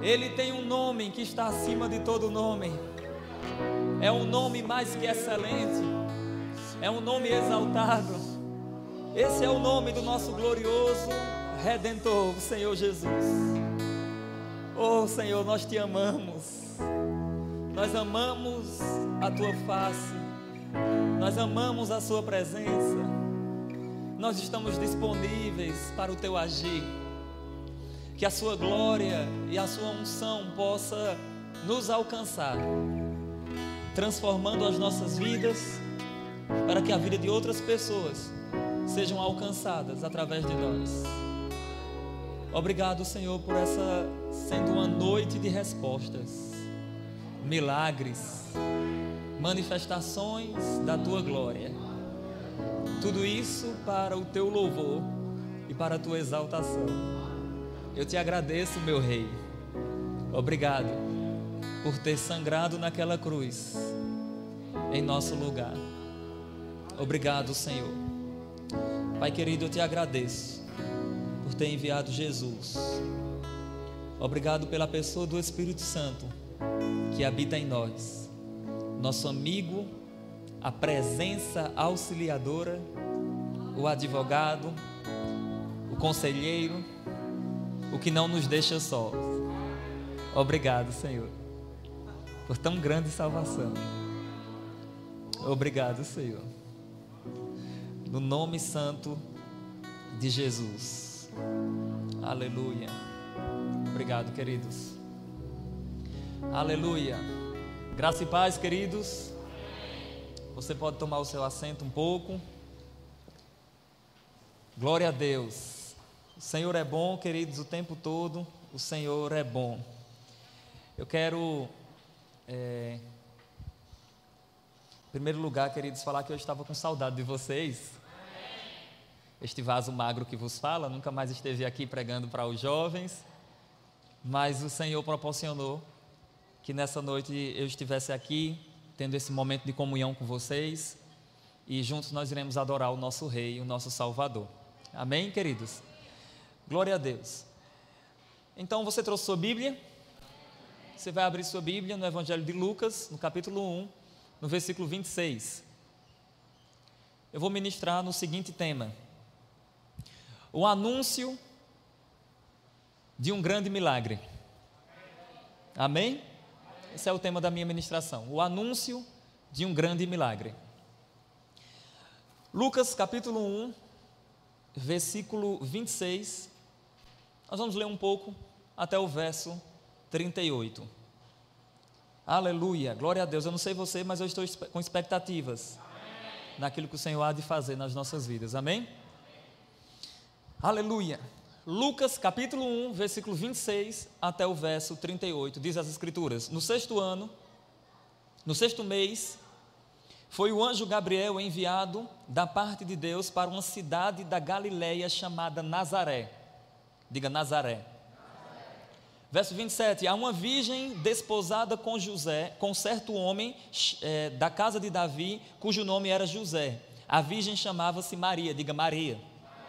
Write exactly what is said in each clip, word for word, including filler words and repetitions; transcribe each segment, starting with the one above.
Ele tem um nome que está acima de todo nome. É um nome mais que excelente. É um nome exaltado. Esse é o nome do nosso glorioso Redentor, o Senhor Jesus. Oh Senhor, nós te amamos. Nós amamos a tua face. Nós amamos a sua presença. Nós estamos disponíveis para o teu agir. Que a sua glória e a sua unção possa nos alcançar, transformando as nossas vidas, para que a vida de outras pessoas sejam alcançadas através de nós. Obrigado, Senhor, por essa sendo uma noite de respostas, milagres, manifestações da tua glória. Tudo isso para o teu louvor e para a tua exaltação. Eu te agradeço, meu Rei. Obrigado por ter sangrado naquela cruz em nosso lugar. Obrigado, Senhor. Pai querido, eu te agradeço por ter enviado Jesus. Obrigado pela pessoa do Espírito Santo que habita em nós, nosso amigo, a presença auxiliadora, o advogado, o conselheiro, o que não nos deixa sós. Obrigado, Senhor, por tão grande salvação. Obrigado, Senhor, no nome santo de Jesus. Aleluia. Obrigado, queridos. Aleluia. Graça e paz, queridos. Você pode tomar o seu assento um pouco. Glória a Deus. O Senhor é bom, queridos, o tempo todo. O Senhor é bom. Eu quero, é, em primeiro lugar, queridos, falar que eu estava com saudade de vocês. Este vaso magro que vos fala, nunca mais esteve aqui pregando para os jovens, mas o Senhor proporcionou que nessa noite eu estivesse aqui, tendo esse momento de comunhão com vocês, e juntos nós iremos adorar o nosso Rei, o nosso Salvador. Amém, queridos? Glória a Deus. Então você trouxe sua Bíblia? Você vai abrir sua Bíblia no Evangelho de Lucas, no capítulo um, no versículo vinte e seis. Eu vou ministrar no seguinte tema: o anúncio de um grande milagre. Amém? Esse é o tema da minha ministração, o anúncio de um grande milagre. Lucas capítulo um, versículo vinte e seis, nós vamos ler um pouco até o verso trinta e oito. Aleluia, glória a Deus. Eu não sei você, mas eu estou com expectativas Amém. Naquilo que o Senhor há de fazer nas nossas vidas. Amém? Amém. Aleluia. Lucas capítulo um, versículo vinte e seis até o verso trinta e oito, diz as Escrituras: no sexto ano, no sexto mês, foi o anjo Gabriel enviado da parte de Deus para uma cidade da Galileia chamada Nazaré. Diga Nazaré. Verso vinte e sete: há uma virgem desposada com José, com certo homem é, da casa de Davi, cujo nome era José. A virgem chamava-se Maria. Diga Maria.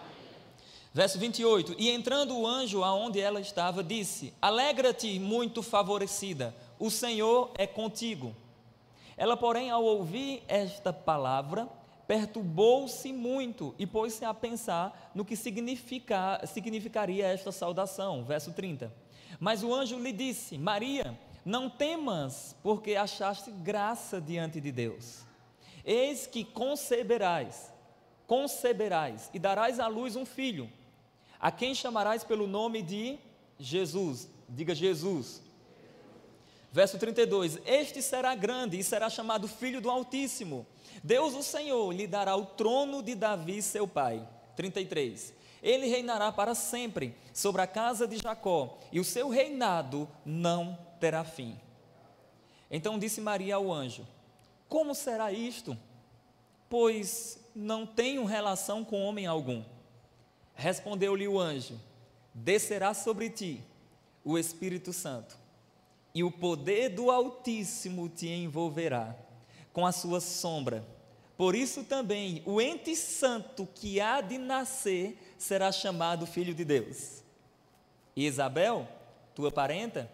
Verso vinte e oito: e entrando o anjo aonde ela estava, disse: alegra-te, muito favorecida, o Senhor é contigo. Ela, porém, ao ouvir esta palavra, perturbou-se muito e pôs-se a pensar no que significa, significaria esta saudação. Verso trinta: mas o anjo lhe disse: Maria, não temas, porque achaste graça diante de Deus. Eis que conceberás, conceberás e darás à luz um filho, a quem chamarás pelo nome de Jesus. Diga Jesus. Verso trinta e dois: este será grande e será chamado Filho do Altíssimo. Deus o Senhor lhe dará o trono de Davi seu pai. trinta e três: ele reinará para sempre sobre a casa de Jacó, e o seu reinado não terá fim. Então disse Maria ao anjo: como será isto? Pois não tenho relação com homem algum. Respondeu-lhe o anjo: descerá sobre ti o Espírito Santo, e o poder do Altíssimo te envolverá com a sua sombra. Por isso também o ente santo que há de nascer será chamado Filho de Deus. E Isabel, tua parenta,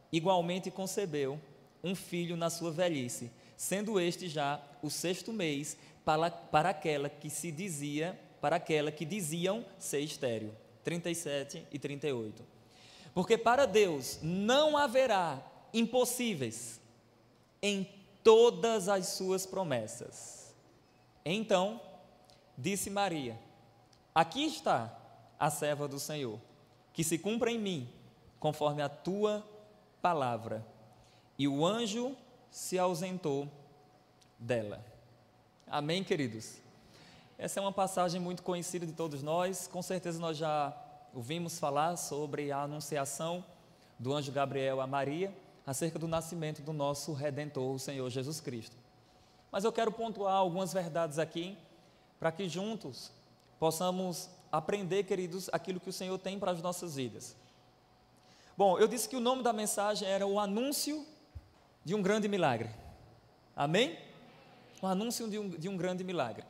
igualmente concebeu um filho na sua velhice, sendo este já o sexto mês para, para aquela que se dizia, para aquela que diziam ser estéril. trinta e sete e trinta e oito. Porque para Deus não haverá impossíveis em todas as suas promessas. Então, disse Maria: aqui está a serva do Senhor, que se cumpra em mim, conforme a tua palavra. E o anjo se ausentou dela. Amém, queridos? Essa é uma passagem muito conhecida de todos nós, com certeza nós já ouvimos falar sobre a anunciação do anjo Gabriel a Maria, acerca do nascimento do nosso Redentor, o Senhor Jesus Cristo. Mas eu quero pontuar algumas verdades aqui, para que juntos possamos aprender, queridos, aquilo que o Senhor tem para as nossas vidas. Bom, eu disse que o nome da mensagem era o anúncio de um grande milagre. Amém? O anúncio de um, de um grande milagre.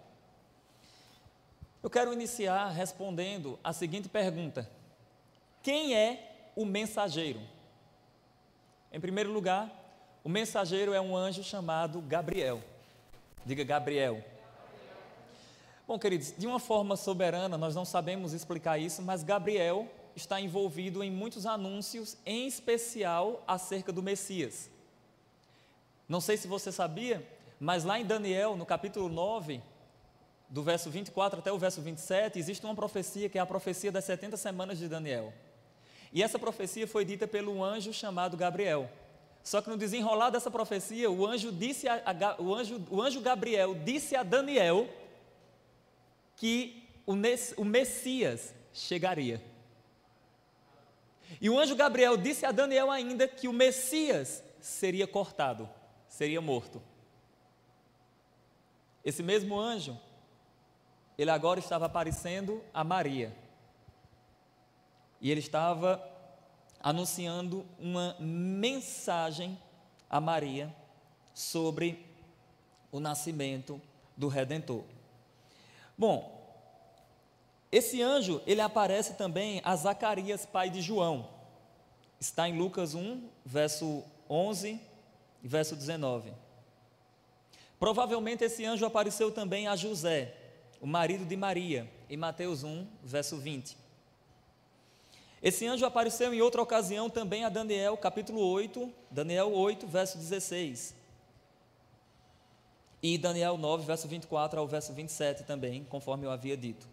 Eu quero iniciar respondendo a seguinte pergunta: quem é o mensageiro? Em primeiro lugar, o mensageiro é um anjo chamado Gabriel. Diga Gabriel. Bom, queridos, de uma forma soberana, nós não sabemos explicar isso, mas Gabriel está envolvido em muitos anúncios, em especial acerca do Messias. Não sei se você sabia, mas lá em Daniel, no capítulo nove, do verso vinte e quatro até o verso vinte e sete, existe uma profecia que é a profecia das setenta semanas de Daniel. E essa profecia foi dita pelo anjo chamado Gabriel. Só que no desenrolar dessa profecia, o anjo, disse a, a, o anjo, o anjo Gabriel disse a Daniel que o, o Messias chegaria. E o anjo Gabriel disse a Daniel ainda que o Messias seria cortado, seria morto. Esse mesmo anjo, ele agora estava aparecendo a Maria. E ele estava anunciando uma mensagem a Maria sobre o nascimento do Redentor. Bom, esse anjo, ele aparece também a Zacarias, pai de João. Está em Lucas um, verso onze e verso dezenove. Provavelmente esse anjo apareceu também a José, o marido de Maria, em Mateus um, verso vinte. Esse anjo apareceu em outra ocasião também a Daniel, capítulo oito, Daniel oito, verso dezesseis. E Daniel nove, verso vinte e quatro ao verso vinte e sete também, conforme eu havia dito.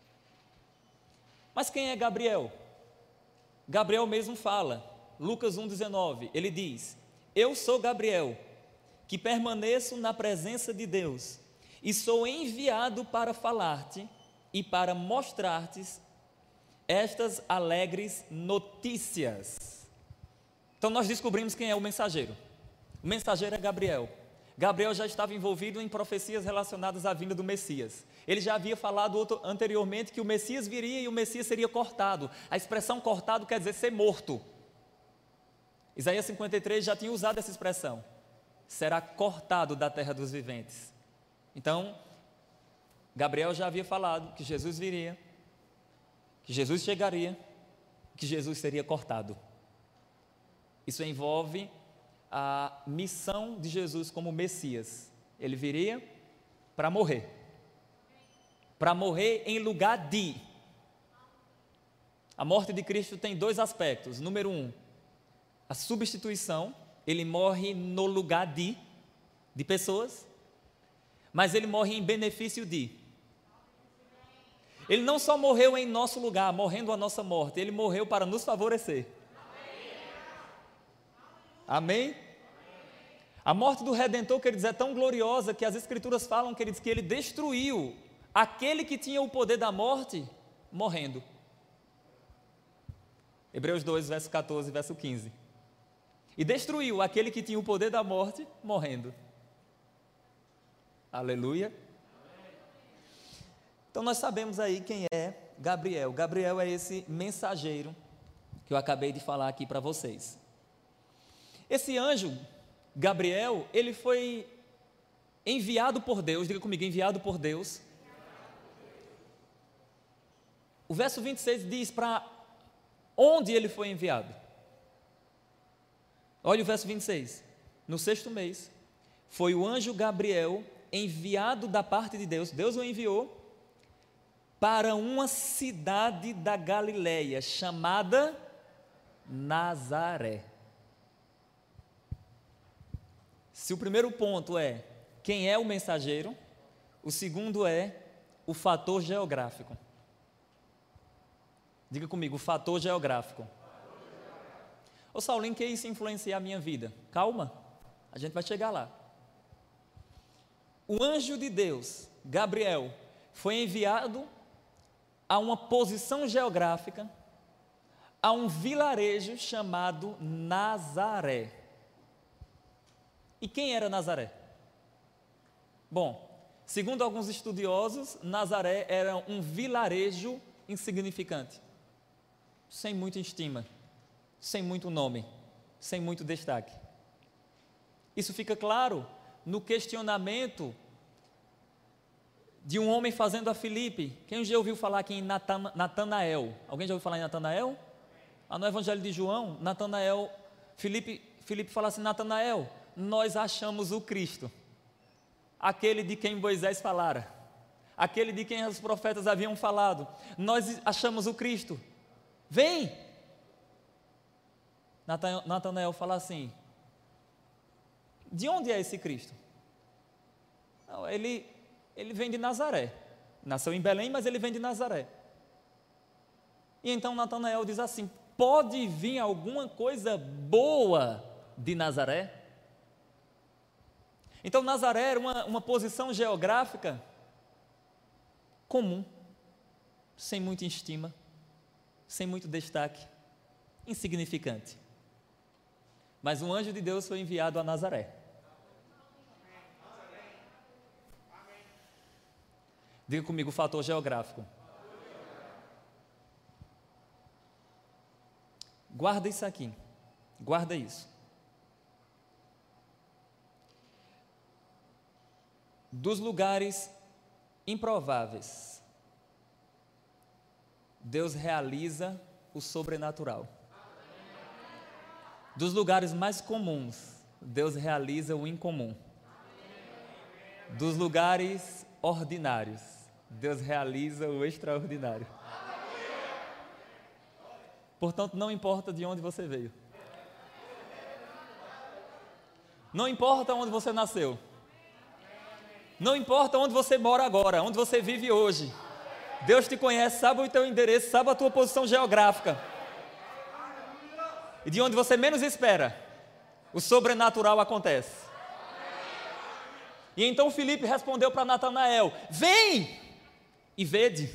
Mas quem é Gabriel? Gabriel mesmo fala, Lucas um, dezenove, ele diz: eu sou Gabriel, que permaneço na presença de Deus, e sou enviado para falar-te e para mostrar-te estas alegres notícias. Então nós descobrimos quem é o mensageiro. O mensageiro é Gabriel. Gabriel já estava envolvido em profecias relacionadas à vinda do Messias. Ele já havia falado outro, anteriormente que o Messias viria e o Messias seria cortado. A expressão cortado quer dizer ser morto. Isaías cinquenta e três já tinha usado essa expressão. Será cortado da terra dos viventes. Então, Gabriel já havia falado que Jesus viria, que Jesus chegaria, que Jesus seria cortado. Isso envolve a missão de Jesus como Messias. Ele viria para morrer. Para morrer em lugar de. A morte de Cristo tem dois aspectos. Número um, a substituição. Ele morre no lugar de, de pessoas, mas ele morre em benefício de. Ele não só morreu em nosso lugar, morrendo a nossa morte, ele morreu para nos favorecer. Amém? A morte do Redentor, queridos, é tão gloriosa que as Escrituras falam, queridos, que ele destruiu aquele que tinha o poder da morte, morrendo. Hebreus dois, verso catorze, verso quinze. E destruiu aquele que tinha o poder da morte, morrendo. Aleluia. Então nós sabemos aí quem é Gabriel. Gabriel é esse mensageiro que eu acabei de falar aqui para vocês. Esse anjo, Gabriel, ele foi enviado por Deus, diga comigo, enviado por Deus. O verso vinte e seis diz para onde ele foi enviado. Olha o verso vinte e seis. No sexto mês, foi o anjo Gabriel enviado da parte de Deus, Deus o enviou para uma cidade da Galileia chamada Nazaré. Se o primeiro ponto é quem é o mensageiro, o segundo é o fator geográfico. Diga comigo, o fator geográfico. Ô Saulinho, que isso influencia a minha vida? Calma, a gente vai chegar lá. O anjo de Deus, Gabriel, foi enviado a uma posição geográfica, a um vilarejo chamado Nazaré. E quem era Nazaré? Bom, segundo alguns estudiosos, Nazaré era um vilarejo insignificante, sem muita estima, sem muito nome, sem muito destaque. Isso fica claro no questionamento de um homem fazendo a Filipe. Quem já ouviu falar aqui em Natan, Natanael? Alguém já ouviu falar em Natanael? Ah, no Evangelho de João, Natanael, Filipe, Filipe fala assim: Natanael, nós achamos o Cristo, aquele de quem Moisés falara, aquele de quem os profetas haviam falado. Nós achamos o Cristo, vem. Natanael fala assim: de onde é esse Cristo? Não, ele, ele vem de Nazaré, nasceu em Belém, mas ele vem de Nazaré. E então Natanael diz assim: pode vir alguma coisa boa de Nazaré? Então Nazaré era uma, uma posição geográfica comum, sem muita estima, sem muito destaque, insignificante. Mas um anjo de Deus foi enviado a Nazaré. Diga comigo o fator geográfico. Guarda isso aqui, guarda isso. Dos lugares improváveis, Deus realiza o sobrenatural. Dos lugares mais comuns, Deus realiza o incomum. Dos lugares ordinários, Deus realiza o extraordinário. Portanto, não importa de onde você veio, não importa onde você nasceu, não importa onde você mora agora, onde você vive hoje, Deus te conhece, sabe o teu endereço, sabe a tua posição geográfica. E de onde você menos espera, o sobrenatural acontece. E então Filipe respondeu para Natanael: vem e vede.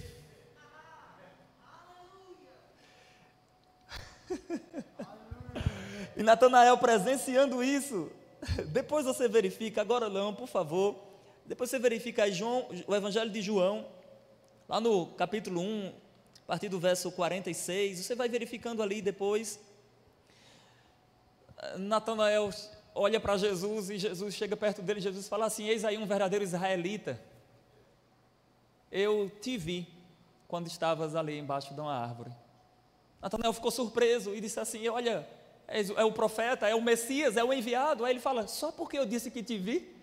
E Natanael presenciando isso, depois você verifica, agora não, por favor, depois você verifica aí João, o Evangelho de João, lá no capítulo um, a partir do verso quarenta e seis, você vai verificando ali depois. Natanael olha para Jesus e Jesus chega perto dele, e Jesus fala assim: eis aí um verdadeiro israelita, eu te vi quando estavas ali embaixo de uma árvore. Natanael ficou surpreso e disse assim: olha, é o profeta, é o Messias, é o enviado. Aí ele fala: só porque eu disse que te vi?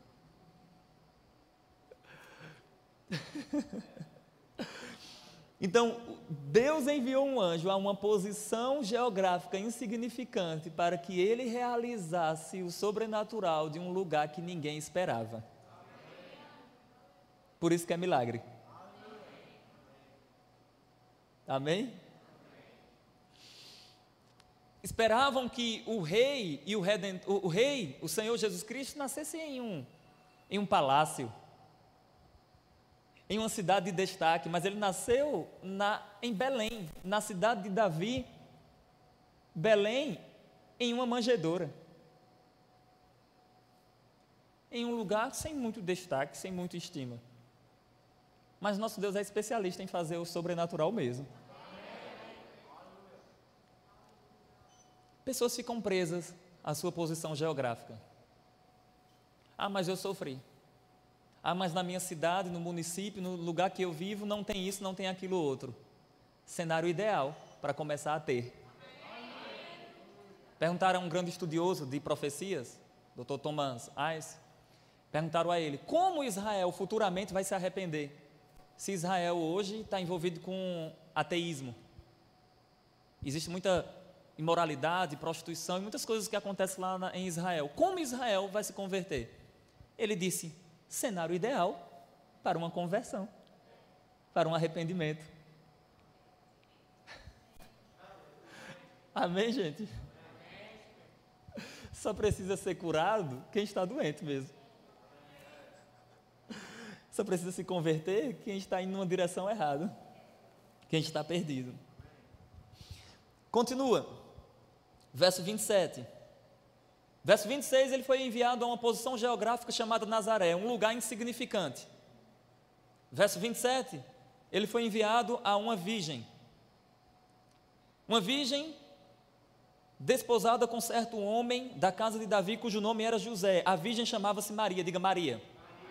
Então, Deus enviou um anjo a uma posição geográfica insignificante para que ele realizasse o sobrenatural de um lugar que ninguém esperava. Por isso que é milagre. Amém? Esperavam que o rei e o redentor, o rei, o Senhor Jesus Cristo, nascesse em um, em um palácio, em uma cidade de destaque, mas ele nasceu na, em Belém, na cidade de Davi. Belém, em uma manjedoura, em um lugar sem muito destaque, sem muita estima. Mas nosso Deus é especialista em fazer o sobrenatural mesmo. Pessoas ficam presas à sua posição geográfica. Ah, mas eu sofri. Ah, mas na minha cidade, no município, no lugar que eu vivo, não tem isso, não tem aquilo outro. Cenário ideal para começar a ter. Perguntaram a um grande estudioso de profecias, doutor Thomas Ice, perguntaram a ele, como Israel futuramente vai se arrepender, se Israel hoje está envolvido com ateísmo. Existe muita imoralidade, prostituição e muitas coisas que acontecem lá na, em Israel. Como Israel vai se converter? Ele disse, cenário ideal para uma conversão, para um arrependimento. Amém, gente? Só precisa ser curado quem está doente mesmo. Só precisa se converter quem está indo numa direção errada, quem está perdido. Continua, verso vinte e sete. Verso vinte e seis, ele foi enviado a uma posição geográfica chamada Nazaré, um lugar insignificante. Verso vinte e sete, ele foi enviado a uma virgem. Uma virgem desposada com certo homem da casa de Davi, cujo nome era José. A virgem chamava-se Maria, diga Maria.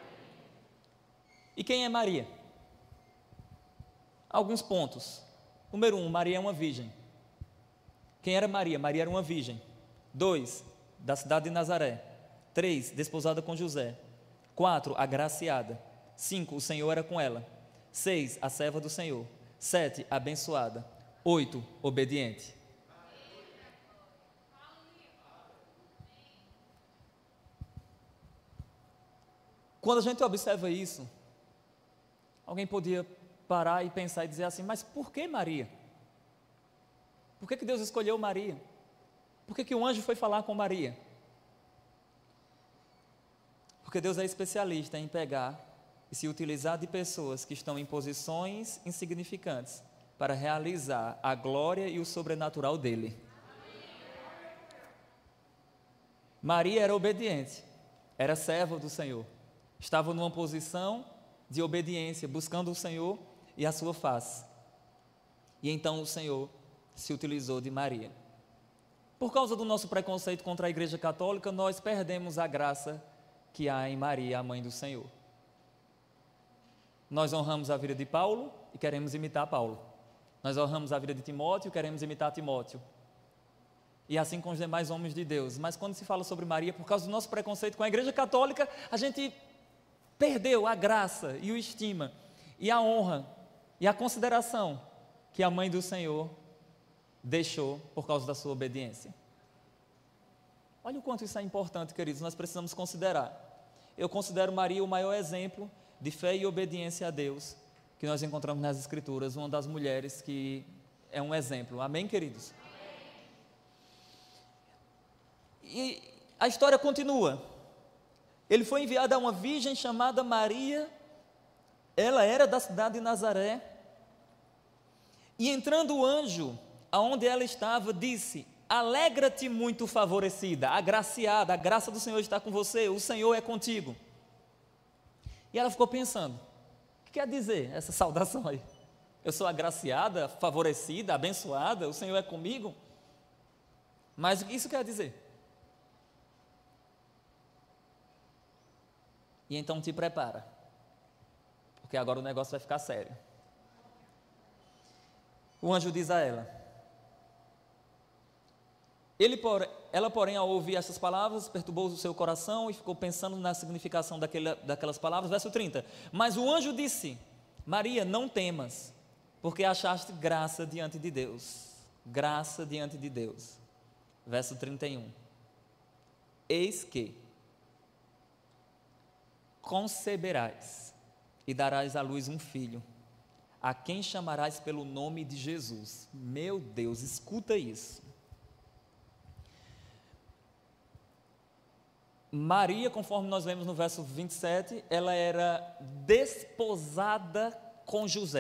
E quem é Maria? Alguns pontos. Número um, Maria é uma virgem. Quem era Maria? Maria era uma virgem. Dois, da cidade de Nazaré. Três, desposada com José. Quatro, agraciada. Cinco, o Senhor era com ela. Seis, a serva do Senhor. Sete, abençoada. Oito, obediente. Quando a gente observa isso, alguém podia parar e pensar e dizer assim, mas por que Maria? Por que que Deus escolheu Maria? Por que que o anjo foi falar com Maria? Porque Deus é especialista em pegar e se utilizar de pessoas que estão em posições insignificantes para realizar a glória e o sobrenatural dele. Maria era obediente, era serva do Senhor, estava numa posição de obediência, buscando o Senhor e a sua face. E então o Senhor se utilizou de Maria. Por causa do nosso preconceito contra a Igreja Católica, nós perdemos a graça que há em Maria, a mãe do Senhor. Nós honramos a vida de Paulo e queremos imitar Paulo. Nós honramos a vida de Timóteo e queremos imitar Timóteo. E assim com os demais homens de Deus. Mas quando se fala sobre Maria, por causa do nosso preconceito com a Igreja Católica, a gente perdeu a graça e o estima, e a honra, e a consideração que a mãe do Senhor deixou por causa da sua obediência. Olha o quanto isso é importante, queridos, nós precisamos considerar. Eu considero Maria o maior exemplo de fé e obediência a Deus que nós encontramos nas Escrituras, uma das mulheres que é um exemplo. Amém, queridos? E a história continua. Ele foi enviado a uma virgem chamada Maria, ela era da cidade de Nazaré, e entrando o anjo, aonde ela estava, disse, alegra-te muito favorecida, agraciada, a graça do Senhor está com você, o Senhor é contigo. E ela ficou pensando, o que quer dizer essa saudação aí? Eu sou agraciada, favorecida, abençoada, o Senhor é comigo? Mas o que isso quer dizer? E então te prepara, porque agora o negócio vai ficar sério. O anjo diz a ela, ele, ela porém ao ouvir essas palavras, perturbou o seu coração e ficou pensando na significação daquele, daquelas palavras, verso trinta, mas o anjo disse, Maria, não temas, porque achaste graça diante de Deus, graça diante de Deus, verso trinta e um, eis que conceberás e darás à luz um filho, a quem chamarás pelo nome de Jesus. Meu Deus, escuta isso. Maria, conforme nós vemos no verso vinte e sete, ela era desposada com José.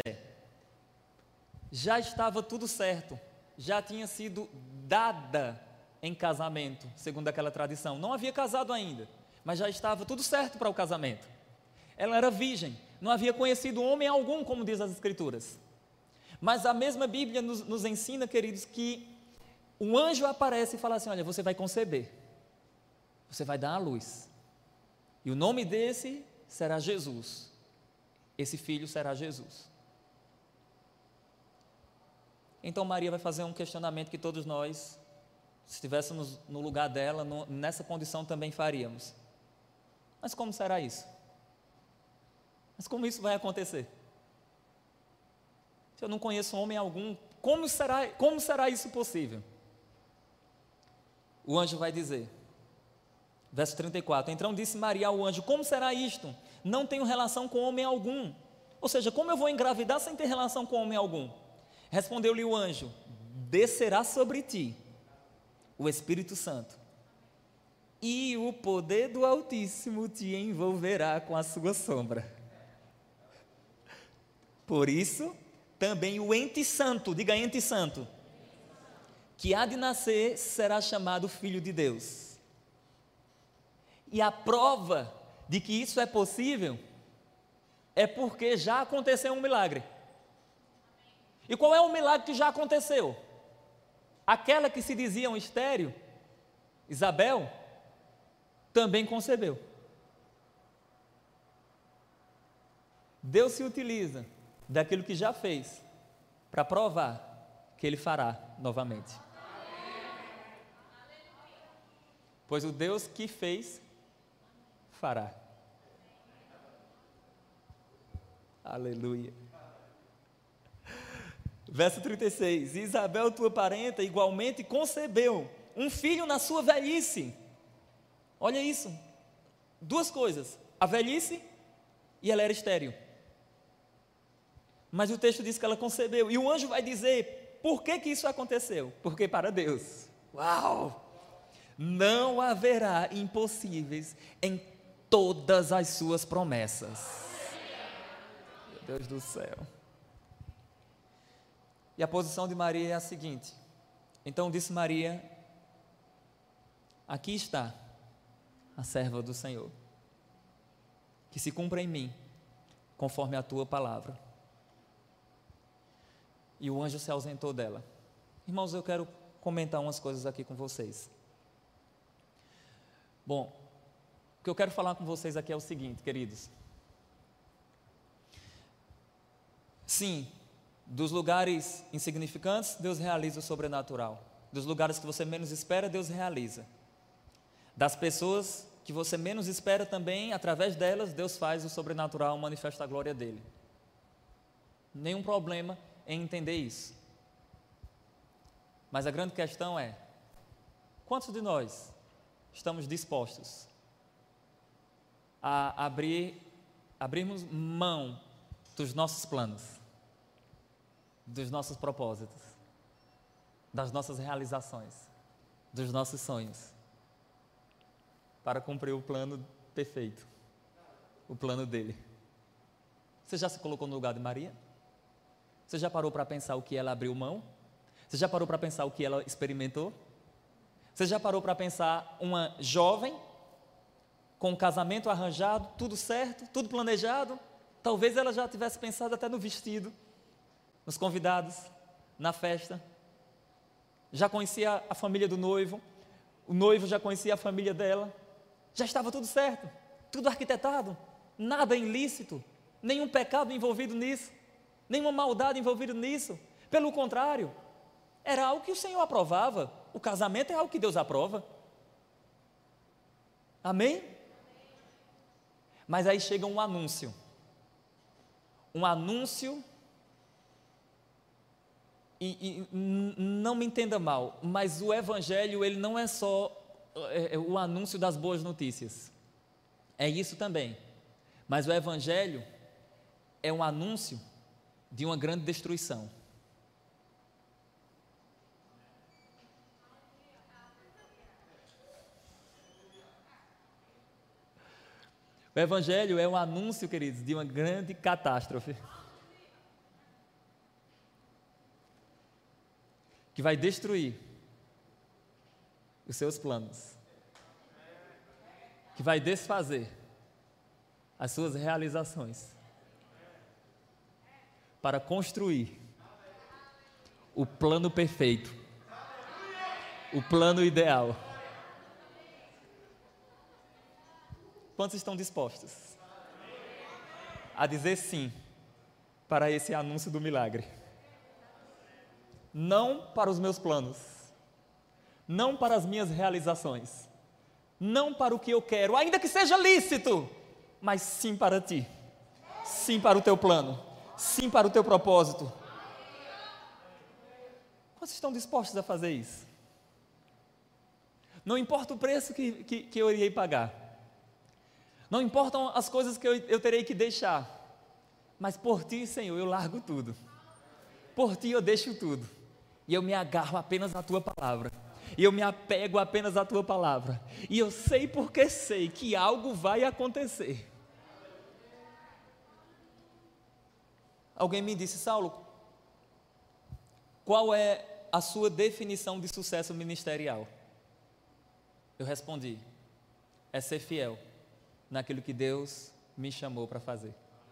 Já estava tudo certo, já tinha sido dada em casamento, segundo aquela tradição. Não havia casado ainda, mas já estava tudo certo para o casamento. Ela era virgem, não havia conhecido homem algum, como diz as Escrituras. Mas a mesma Bíblia nos, nos ensina, queridos, que um anjo aparece e fala assim, olha, você vai conceber, você vai dar à luz, e o nome desse será Jesus, esse filho será Jesus. Então Maria vai fazer um questionamento que todos nós Se estivéssemos no lugar dela, no, nessa condição também faríamos. Mas como será isso? Mas como isso vai acontecer? Se eu não conheço homem algum, como será, como será isso possível? O anjo vai dizer, verso trinta e quatro, então disse Maria ao anjo, como será isto? Não tenho relação com homem algum. Ou seja, como eu vou engravidar sem ter relação com homem algum? Respondeu-lhe o anjo, descerá sobre ti o Espírito Santo, e o poder do Altíssimo te envolverá com a sua sombra. Por isso, também o ente santo, diga ente santo, que há de nascer será chamado Filho de Deus. E a prova de que isso é possível é porque já aconteceu um milagre. E qual é o milagre que já aconteceu? Aquela que se dizia um estéril, Isabel, também concebeu. Deus se utiliza daquilo que já fez para provar que Ele fará novamente. Pois o Deus que fez, fará. Aleluia. Verso trinta e seis, Isabel, tua parenta, igualmente concebeu um filho na sua velhice. Olha isso, duas coisas, a velhice e ela era estéril. Mas o texto diz que ela concebeu, e o anjo vai dizer, por que que isso aconteceu? Porque para Deus, uau, não haverá impossíveis em todas as suas promessas. Meu Deus do céu. E a posição de Maria é a seguinte, então disse Maria, aqui está a serva do Senhor, que se cumpra em mim, conforme a tua palavra. E o anjo se ausentou dela. Irmãos, eu quero comentar umas coisas aqui com vocês. Bom, o que eu quero falar com vocês aqui é o seguinte, queridos. Sim, dos lugares insignificantes, Deus realiza o sobrenatural. Dos lugares que você menos espera, Deus realiza. Das pessoas que você menos espera também, através delas, Deus faz o sobrenatural, manifesta a glória dEle. Nenhum problema em entender isso. Mas a grande questão é, quantos de nós estamos dispostos a abrir, abrirmos mão dos nossos planos, dos nossos propósitos, das nossas realizações, dos nossos sonhos, para cumprir o plano perfeito, o plano dele? Você já se colocou no lugar de Maria? Você já parou para pensar o que ela abriu mão? Você já parou para pensar o que ela experimentou? Você já parou para pensar uma jovem com um casamento arranjado, tudo certo, tudo planejado? Talvez ela já tivesse pensado até no vestido, nos convidados, na festa. Já conhecia a família do noivo, o noivo já conhecia a família dela. Já estava tudo certo, tudo arquitetado, nada ilícito, nenhum pecado envolvido nisso, nenhuma maldade envolvida nisso. Pelo contrário, era algo que o Senhor aprovava. O casamento é algo que Deus aprova. Amém? Mas aí chega um anúncio. Um anúncio, e, e não me entenda mal, mas o Evangelho, ele não é só é, é, o anúncio das boas notícias. É isso também. Mas o Evangelho é um anúncio de uma grande destruição. O Evangelho é um anúncio, queridos, de uma grande catástrofe, que vai destruir os seus planos, que vai desfazer as suas realizações, para construir o plano perfeito, o plano ideal. Quantos estão dispostos a dizer sim para esse anúncio do milagre? Não para os meus planos, não para as minhas realizações, não para o que eu quero, ainda que seja lícito, mas sim para ti, sim para o teu plano, sim para o teu propósito. Vocês estão dispostos a fazer isso? Não importa o preço que, que, que eu irei pagar, não importam as coisas que eu, eu terei que deixar, mas por ti, Senhor, eu largo tudo, por ti eu deixo tudo, e eu me agarro apenas à tua palavra, e eu me apego apenas à tua palavra, e eu sei porque sei que algo vai acontecer. Alguém me disse: Saulo, qual é a sua definição de sucesso ministerial? Eu respondi: é ser fiel naquilo que Deus me chamou para fazer.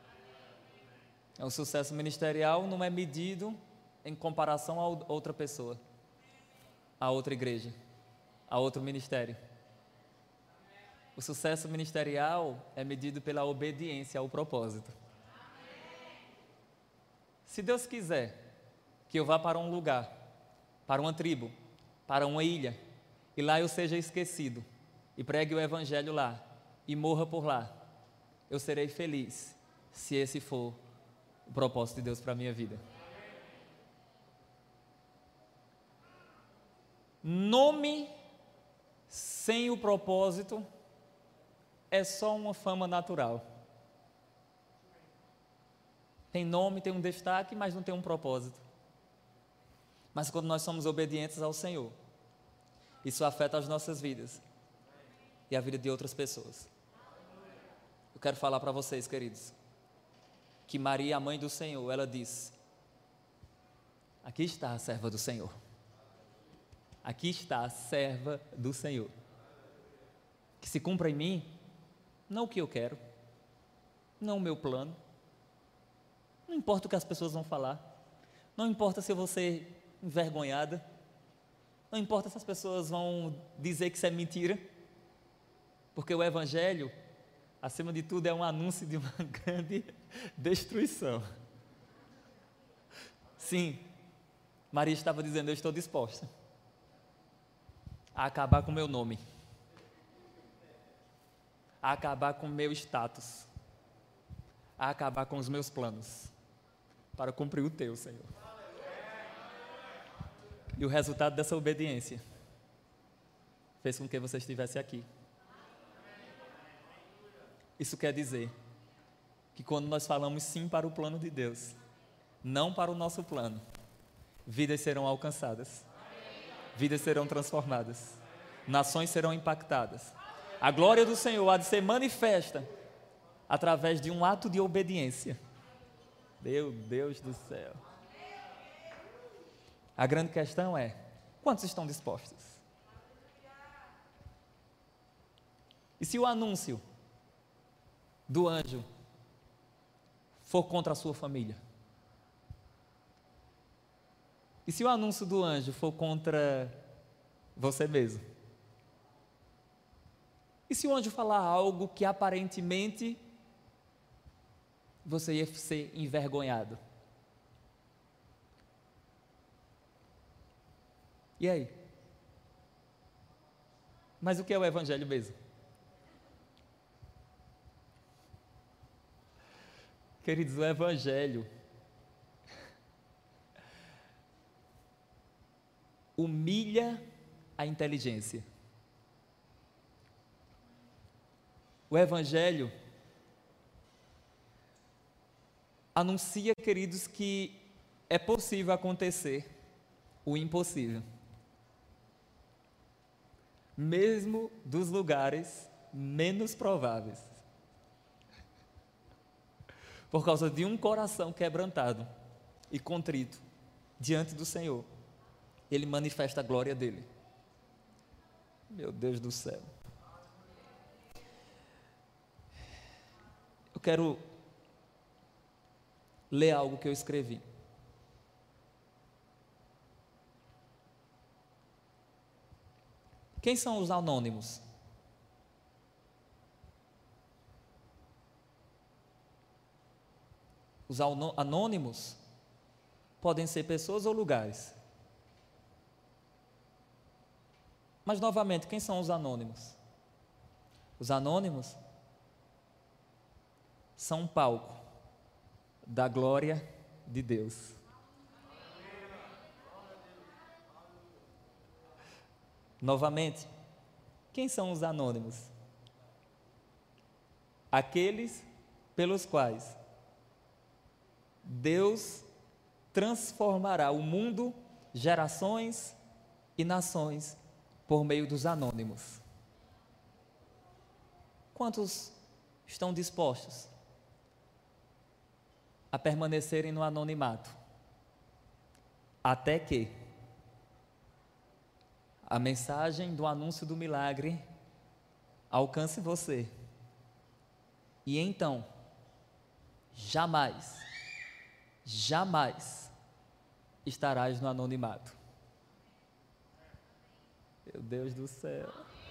O sucesso ministerial não é medido em comparação a outra pessoa, a outra igreja, a outro ministério. O sucesso ministerial é medido pela obediência ao propósito. Se Deus quiser que eu vá para um lugar, para uma tribo, para uma ilha, e lá eu seja esquecido, e pregue o evangelho lá, e morra por lá, eu serei feliz, se esse for o propósito de Deus para a minha vida. Nome sem o propósito é só uma fama natural. Tem nome, tem um destaque, mas não tem um propósito. Mas quando nós somos obedientes ao Senhor, isso afeta as nossas vidas e a vida de outras pessoas. Eu quero falar para vocês, queridos, que Maria, a mãe do Senhor, ela disse: aqui está a serva do Senhor. Aqui está a serva do Senhor. Que se cumpra em mim, não o que eu quero, não o meu plano. Não importa o que as pessoas vão falar. Não importa se eu vou ser envergonhada. Não importa se as pessoas vão dizer que isso é mentira. Porque o Evangelho, acima de tudo, é um anúncio de uma grande destruição. Sim, Maria estava dizendo: eu estou disposta a acabar com o meu nome, a acabar com o meu status, a acabar com os meus planos, para cumprir o teu, Senhor. E o resultado dessa obediência fez com que você estivesse aqui. Isso quer dizer que quando nós falamos sim para o plano de Deus, não para o nosso plano, vidas serão alcançadas, vidas serão transformadas, nações serão impactadas. A glória do Senhor há de ser manifesta através de um ato de obediência. Meu Deus do céu. A grande questão é: quantos estão dispostos? E se o anúncio do anjo for contra a sua família? E se o anúncio do anjo for contra você mesmo? E se o anjo falar algo que aparentemente você ia ser envergonhado? E aí? Mas o que é o Evangelho mesmo? Queridos, o Evangelho humilha a inteligência. O Evangelho anuncia, queridos, que é possível acontecer o impossível, mesmo dos lugares menos prováveis, por causa de um coração quebrantado e contrito diante do Senhor. Ele manifesta a glória dele. Meu Deus do céu. Eu quero ler algo que eu escrevi. Quem são os anônimos? Os anônimos podem ser pessoas ou lugares. Mas, novamente, quem são os anônimos? Os anônimos são um palco da glória de Deus. Novamente, quem são os anônimos? Aqueles pelos quais Deus transformará o mundo, gerações e nações por meio dos anônimos. Quantos estão dispostos a permanecerem no anonimato até que a mensagem do anúncio do milagre alcance você e então jamais, jamais estarás no anonimato? Meu Deus do céu.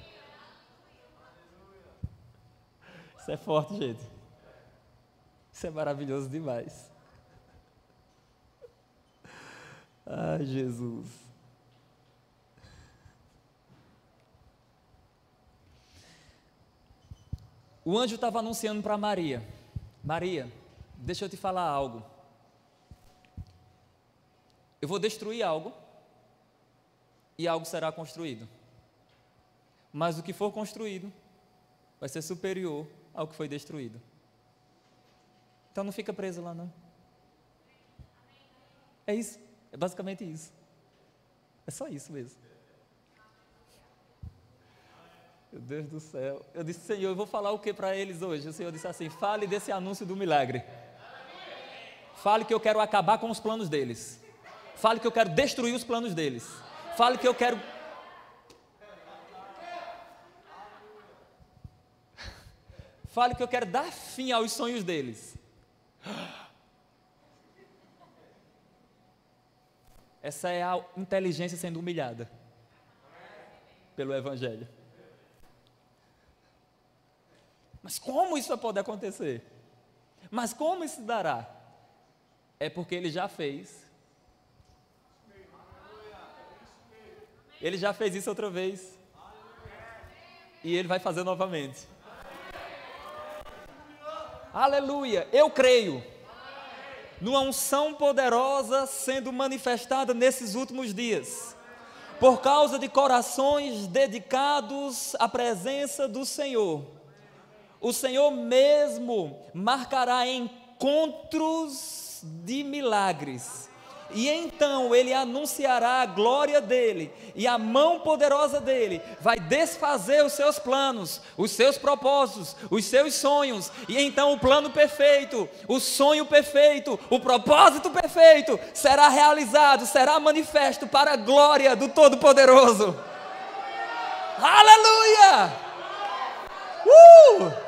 Isso é forte, gente. Isso é maravilhoso demais. Ai, Jesus. O anjo estava anunciando para Maria: Maria, deixa eu te falar algo. Eu vou destruir algo e algo será construído. Mas o que for construído vai ser superior ao que foi destruído. Então não fica preso lá, não. É isso, é basicamente isso. É só isso mesmo. Meu Deus do céu. Eu disse: Senhor, eu vou falar o que para eles hoje? O Senhor disse assim: fale desse anúncio do milagre. Fale que eu quero acabar com os planos deles. Fale que eu quero destruir os planos deles. Fale que eu quero... Fale que eu quero dar fim aos sonhos deles. Essa é a inteligência sendo humilhada pelo Evangelho. Mas como isso vai poder acontecer? Mas como isso dará? É porque ele já fez. Ele já fez isso outra vez. E ele vai fazer novamente. Aleluia! Eu creio numa unção poderosa sendo manifestada nesses últimos dias, por causa de corações dedicados à presença do Senhor. O Senhor mesmo marcará encontros de milagres, e então Ele anunciará a glória dEle, e a mão poderosa dEle vai desfazer os seus planos, os seus propósitos, os seus sonhos, e então o plano perfeito, o sonho perfeito, o propósito perfeito será realizado, será manifesto para a glória do Todo-Poderoso. Aleluia! Uh!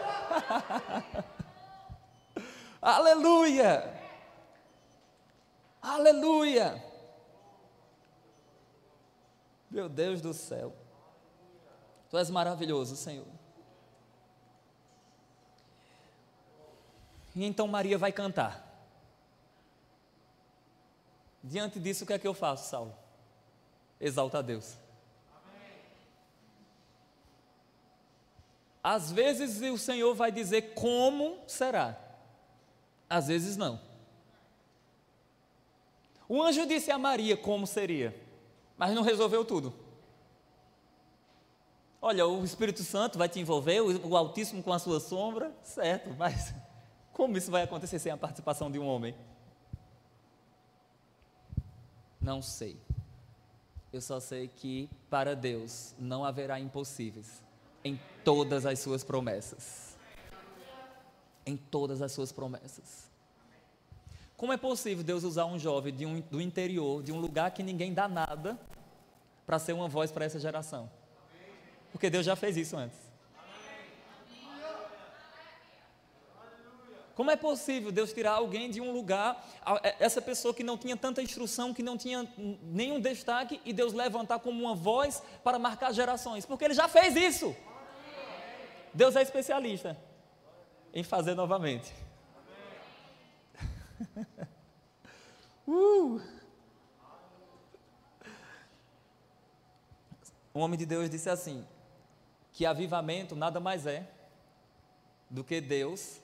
Aleluia! Aleluia! Meu Deus do céu, Tu és maravilhoso, Senhor. E então Maria vai cantar. Diante disso, o que é que eu faço, Saulo? Exalta a Deus. Às vezes o Senhor vai dizer como será, às vezes não. O anjo disse a Maria como seria, mas não resolveu tudo. Olha, o Espírito Santo vai te envolver, o Altíssimo com a sua sombra, certo, mas como isso vai acontecer sem a participação de um homem? Não sei. Eu só sei que para Deus não haverá impossíveis em todas as suas promessas. Em todas as suas promessas. Como é possível Deus usar um jovem de um, do interior, de um lugar que ninguém dá nada, para ser uma voz para essa geração? Porque Deus já fez isso antes. Como é possível Deus tirar alguém de um lugar, essa pessoa que não tinha tanta instrução, que não tinha nenhum destaque, e Deus levantar como uma voz para marcar gerações? Porque Ele já fez isso. Deus é especialista em fazer novamente. uh. um homem de Deus disse assim, que avivamento nada mais é do que Deus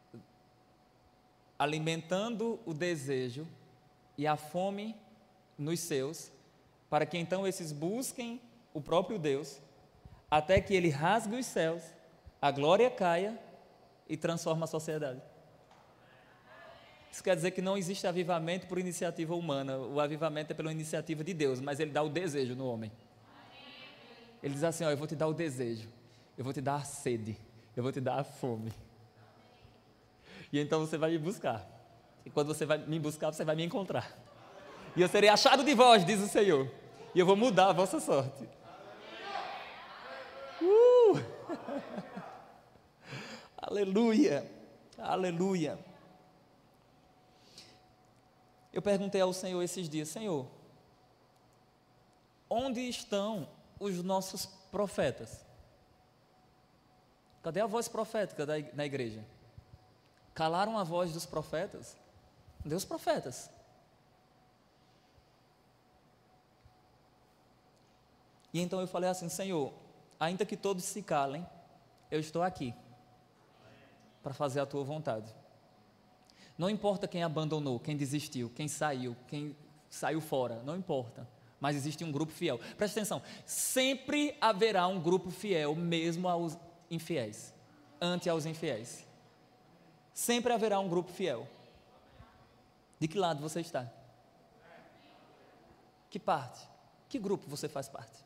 alimentando o desejo e a fome nos seus, para que então esses busquem o próprio Deus, até que Ele rasgue os céus, a glória caia e transforme a sociedade. Isso quer dizer que não existe avivamento por iniciativa humana, o avivamento é pela iniciativa de Deus, mas Ele dá o desejo no homem. Ele diz assim, ó, eu vou te dar o desejo, eu vou te dar a sede, eu vou te dar a fome. E então você vai me buscar. E quando você vai me buscar, você vai me encontrar. E eu serei achado de vós, diz o Senhor. E eu vou mudar a vossa sorte. Uh! Aleluia! Aleluia! Eu perguntei ao Senhor esses dias, Senhor, onde estão os nossos profetas? Cadê a voz profética da, na igreja? Calaram a voz dos profetas? Cadê os profetas? E então eu falei assim, Senhor, ainda que todos se calem, eu estou aqui para fazer a tua vontade. Não importa quem abandonou, quem desistiu, quem saiu, quem saiu fora, não importa. Mas existe um grupo fiel. Presta atenção, sempre haverá um grupo fiel, mesmo aos infiéis, ante aos infiéis. Sempre haverá um grupo fiel. De que lado você está? Que parte? Que grupo você faz parte?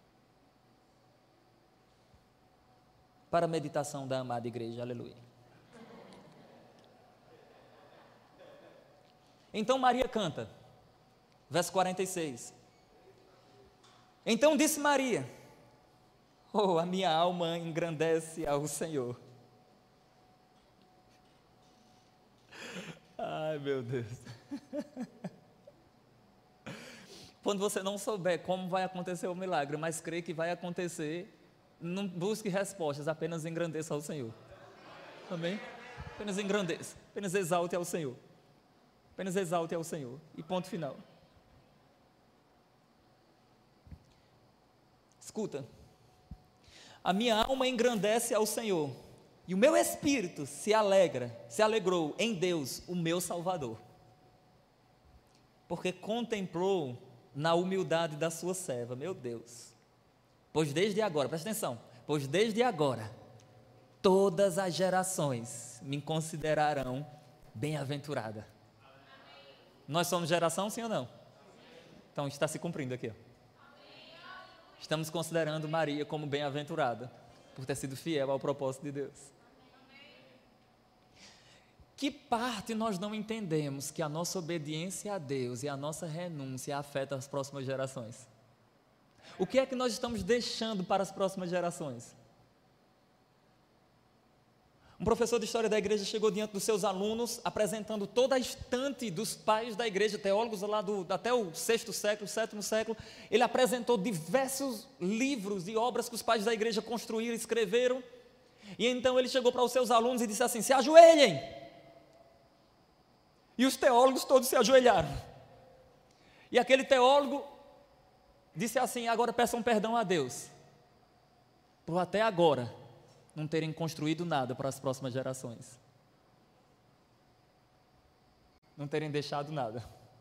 Para a meditação da amada igreja, aleluia. Então Maria canta, verso quarenta e seis. Então disse Maria, oh, a minha alma engrandece ao Senhor. Ai, meu Deus. Quando você não souber como vai acontecer o milagre, mas crê que vai acontecer, não busque respostas, apenas engrandeça ao Senhor. Amém? Apenas engrandeça, apenas exalte ao Senhor. Apenas exalte ao Senhor. E ponto final. Escuta. A minha alma engrandece ao Senhor, e o meu espírito se alegra, se alegrou em Deus, o meu Salvador. Porque contemplou na humildade da sua serva, meu Deus. Pois desde agora, presta atenção, pois desde agora, todas as gerações me considerarão bem-aventurada. Nós somos geração, sim ou não? Então está se cumprindo aqui. Ó. Estamos considerando Maria como bem-aventurada, por ter sido fiel ao propósito de Deus. Que parte nós não entendemos que a nossa obediência a Deus e a nossa renúncia afeta as próximas gerações? O que é que nós estamos deixando para as próximas gerações? Um professor de história da igreja chegou diante dos seus alunos, apresentando toda a estante dos pais da igreja, teólogos lá do, até o sexto século, sétimo século. Ele apresentou diversos livros e obras que os pais da igreja construíram, escreveram. E então ele chegou para os seus alunos e disse assim, se ajoelhem. E os teólogos todos se ajoelharam. E aquele teólogo disse assim, agora peçam perdão a Deus, por até agora não terem construído nada para as próximas gerações. Não terem deixado nada.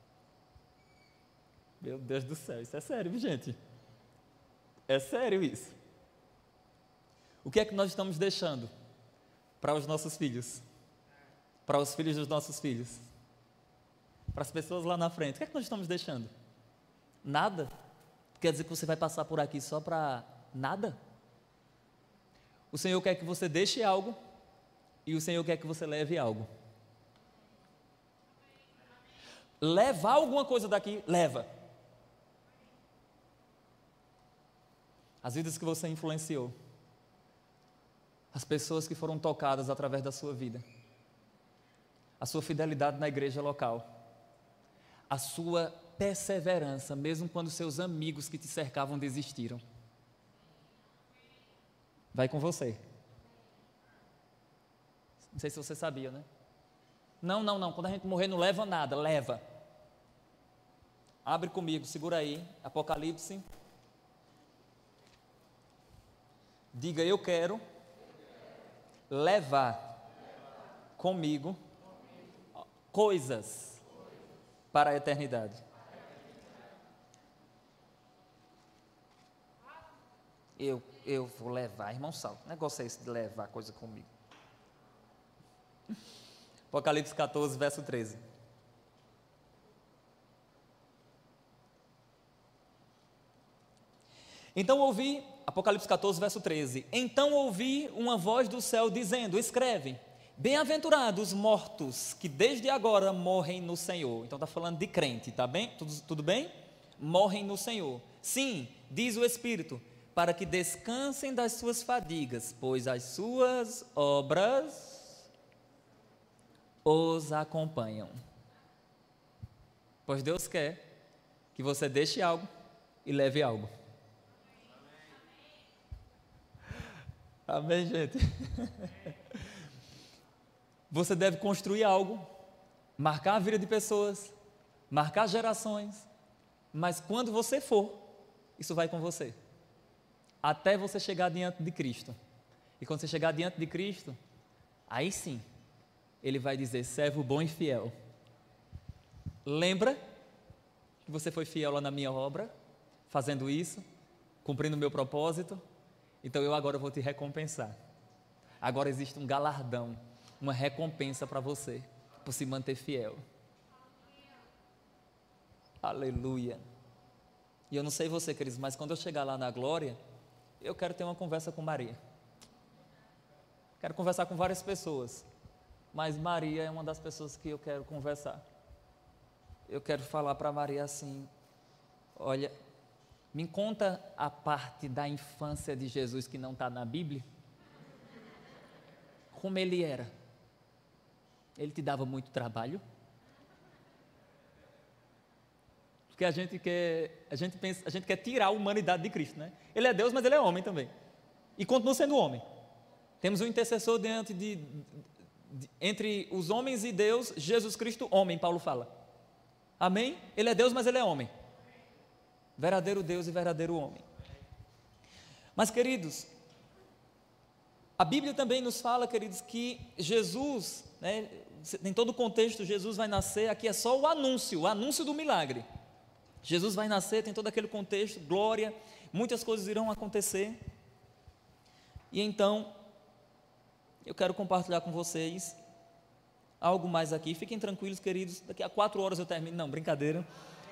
Meu Deus do céu, isso é sério, gente. É sério isso. O que é que nós estamos deixando para os nossos filhos? Para os filhos dos nossos filhos? Para as pessoas lá na frente? O que é que nós estamos deixando? Nada? Quer dizer que você vai passar por aqui só para nada? O Senhor quer que você deixe algo e o Senhor quer que você leve algo. Levar alguma coisa daqui, leva. As vidas que você influenciou, as pessoas que foram tocadas através da sua vida, a sua fidelidade na igreja local, a sua perseverança, mesmo quando seus amigos que te cercavam desistiram. Vai com você. Não sei se você sabia, né? Não, não, não. Quando a gente morrer não leva nada, leva. Abre comigo, segura aí. Apocalipse. Diga, eu quero levar comigo coisas para a eternidade. Eu, eu vou levar, irmão Saulo. Que negócio é esse de levar coisa comigo? Apocalipse catorze, verso treze. Então ouvi, Apocalipse catorze, verso treze. Então ouvi uma voz do céu dizendo: escreve, bem-aventurados os mortos que desde agora morrem no Senhor. Então está falando de crente, tá bem? Tudo, tudo bem? Morrem no Senhor. Sim, diz o Espírito, para que descansem das suas fadigas, pois as suas obras os acompanham. Pois Deus quer que você deixe algo e leve algo. Amém, gente? Você deve construir algo, marcar a vida de pessoas, marcar gerações, mas quando você for, isso vai com você, até você chegar diante de Cristo. E quando você chegar diante de Cristo, aí sim, Ele vai dizer: servo bom e fiel, lembra que você foi fiel lá na minha obra, fazendo isso, cumprindo o meu propósito? Então eu agora vou te recompensar. Agora existe um galardão, uma recompensa para você, por se manter fiel. Aleluia. E eu não sei você, queridos, mas quando eu chegar lá na glória, eu quero ter uma conversa com Maria. Quero conversar com várias pessoas, mas Maria é uma das pessoas que eu quero conversar. Eu quero falar para Maria assim: olha, me conta a parte da infância de Jesus que não está na Bíblia. Como ele era? Ele te dava muito trabalho? Porque a gente quer, a gente pensa, a gente quer tirar a humanidade de Cristo, né? Ele é Deus, mas ele é homem também. E continua sendo homem. Temos um intercessor diante de, de, de entre os homens e Deus, Jesus Cristo, homem, Paulo fala. Amém? Ele é Deus, mas ele é homem. Verdadeiro Deus e verdadeiro homem. Mas, queridos, a Bíblia também nos fala, queridos, que Jesus, né, em todo o contexto, Jesus vai nascer. Aqui é só o anúncio, o anúncio do milagre. Jesus vai nascer, tem todo aquele contexto, glória, muitas coisas irão acontecer. E então, eu quero compartilhar com vocês algo mais aqui. Fiquem tranquilos, queridos, daqui a quatro horas eu termino. Não, brincadeira.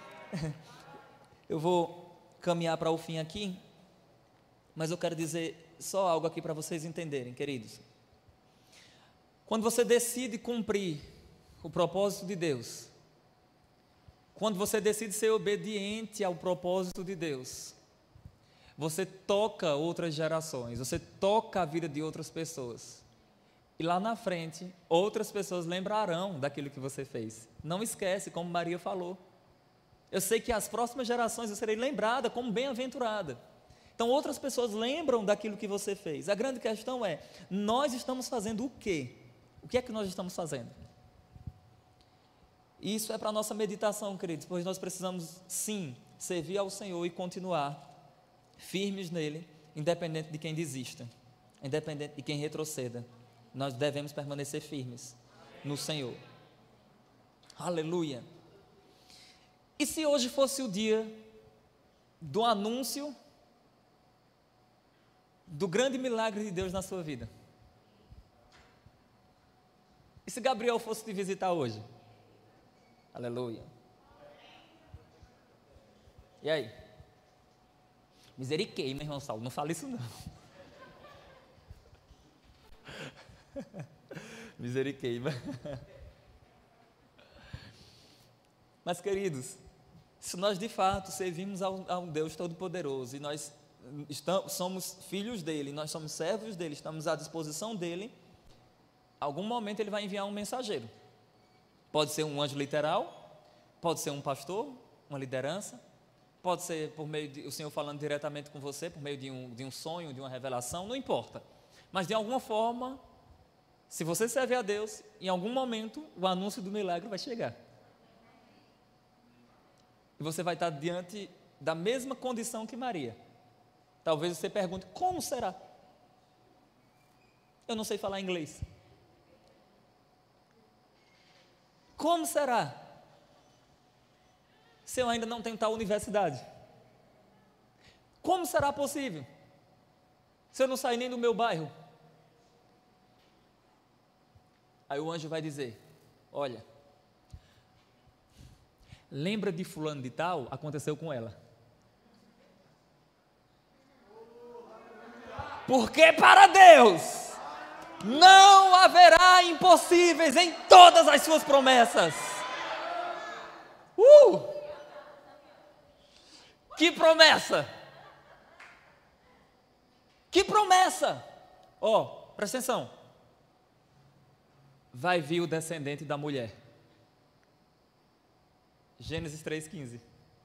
Eu vou caminhar para o fim aqui, mas eu quero dizer só algo aqui para vocês entenderem, queridos. Quando você decide cumprir o propósito de Deus, quando você decide ser obediente ao propósito de Deus, você toca outras gerações, você toca a vida de outras pessoas. E lá na frente, outras pessoas lembrarão daquilo que você fez. Não esquece, como Maria falou. Eu sei que as próximas gerações eu serei lembrada como bem-aventurada. Então outras pessoas lembram daquilo que você fez. A grande questão é, nós estamos fazendo o quê? O que é que nós estamos fazendo? Isso é para a nossa meditação, queridos, pois nós precisamos sim servir ao Senhor e continuar firmes nele, independente de quem desista, independente de quem retroceda. Nós devemos permanecer firmes no Senhor. Aleluia. E se hoje fosse o dia do anúncio do grande milagre de Deus na sua vida? E se Gabriel fosse te visitar hoje? Aleluia. E aí? Misericórdia, meu irmão Saulo, não fala isso não. Misericórdia. Mas, queridos, se nós de fato servimos ao, ao Deus Todo-Poderoso e nós estamos, somos filhos dele, nós somos servos dele, estamos à disposição dele, algum momento ele vai enviar um mensageiro. Pode ser um anjo literal, pode ser um pastor, uma liderança, pode ser por meio de o Senhor falando diretamente com você, por meio de um, de um sonho, de uma revelação, não importa. Mas de alguma forma, se você serve a Deus, em algum momento o anúncio do milagre vai chegar. E você vai estar diante da mesma condição que Maria. Talvez você pergunte, como será? Eu não sei falar inglês. Como será se eu ainda não tenho tal universidade? Como será possível se eu não sair nem do meu bairro? Aí o anjo vai dizer: olha, lembra de fulano de tal? Aconteceu com ela. Porque para Deus não haverá impossíveis em todas as suas promessas. Uh! Que promessa! Que promessa! Ó, oh, presta atenção. Vai vir o descendente da mulher. Gênesis três, quinze.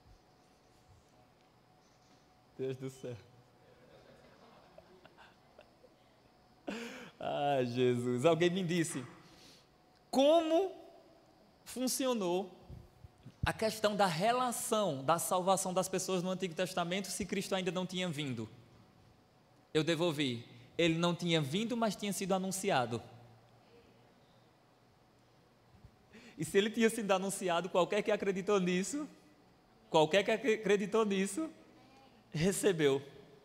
Deus do céu. Ah, Jesus. Alguém me disse, como funcionou a questão da relação da salvação das pessoas no Antigo Testamento se Cristo ainda não tinha vindo? Eu devolvi. Ele não tinha vindo, mas tinha sido anunciado. E se ele tinha sido anunciado, qualquer que acreditou nisso, qualquer que acreditou nisso, recebeu.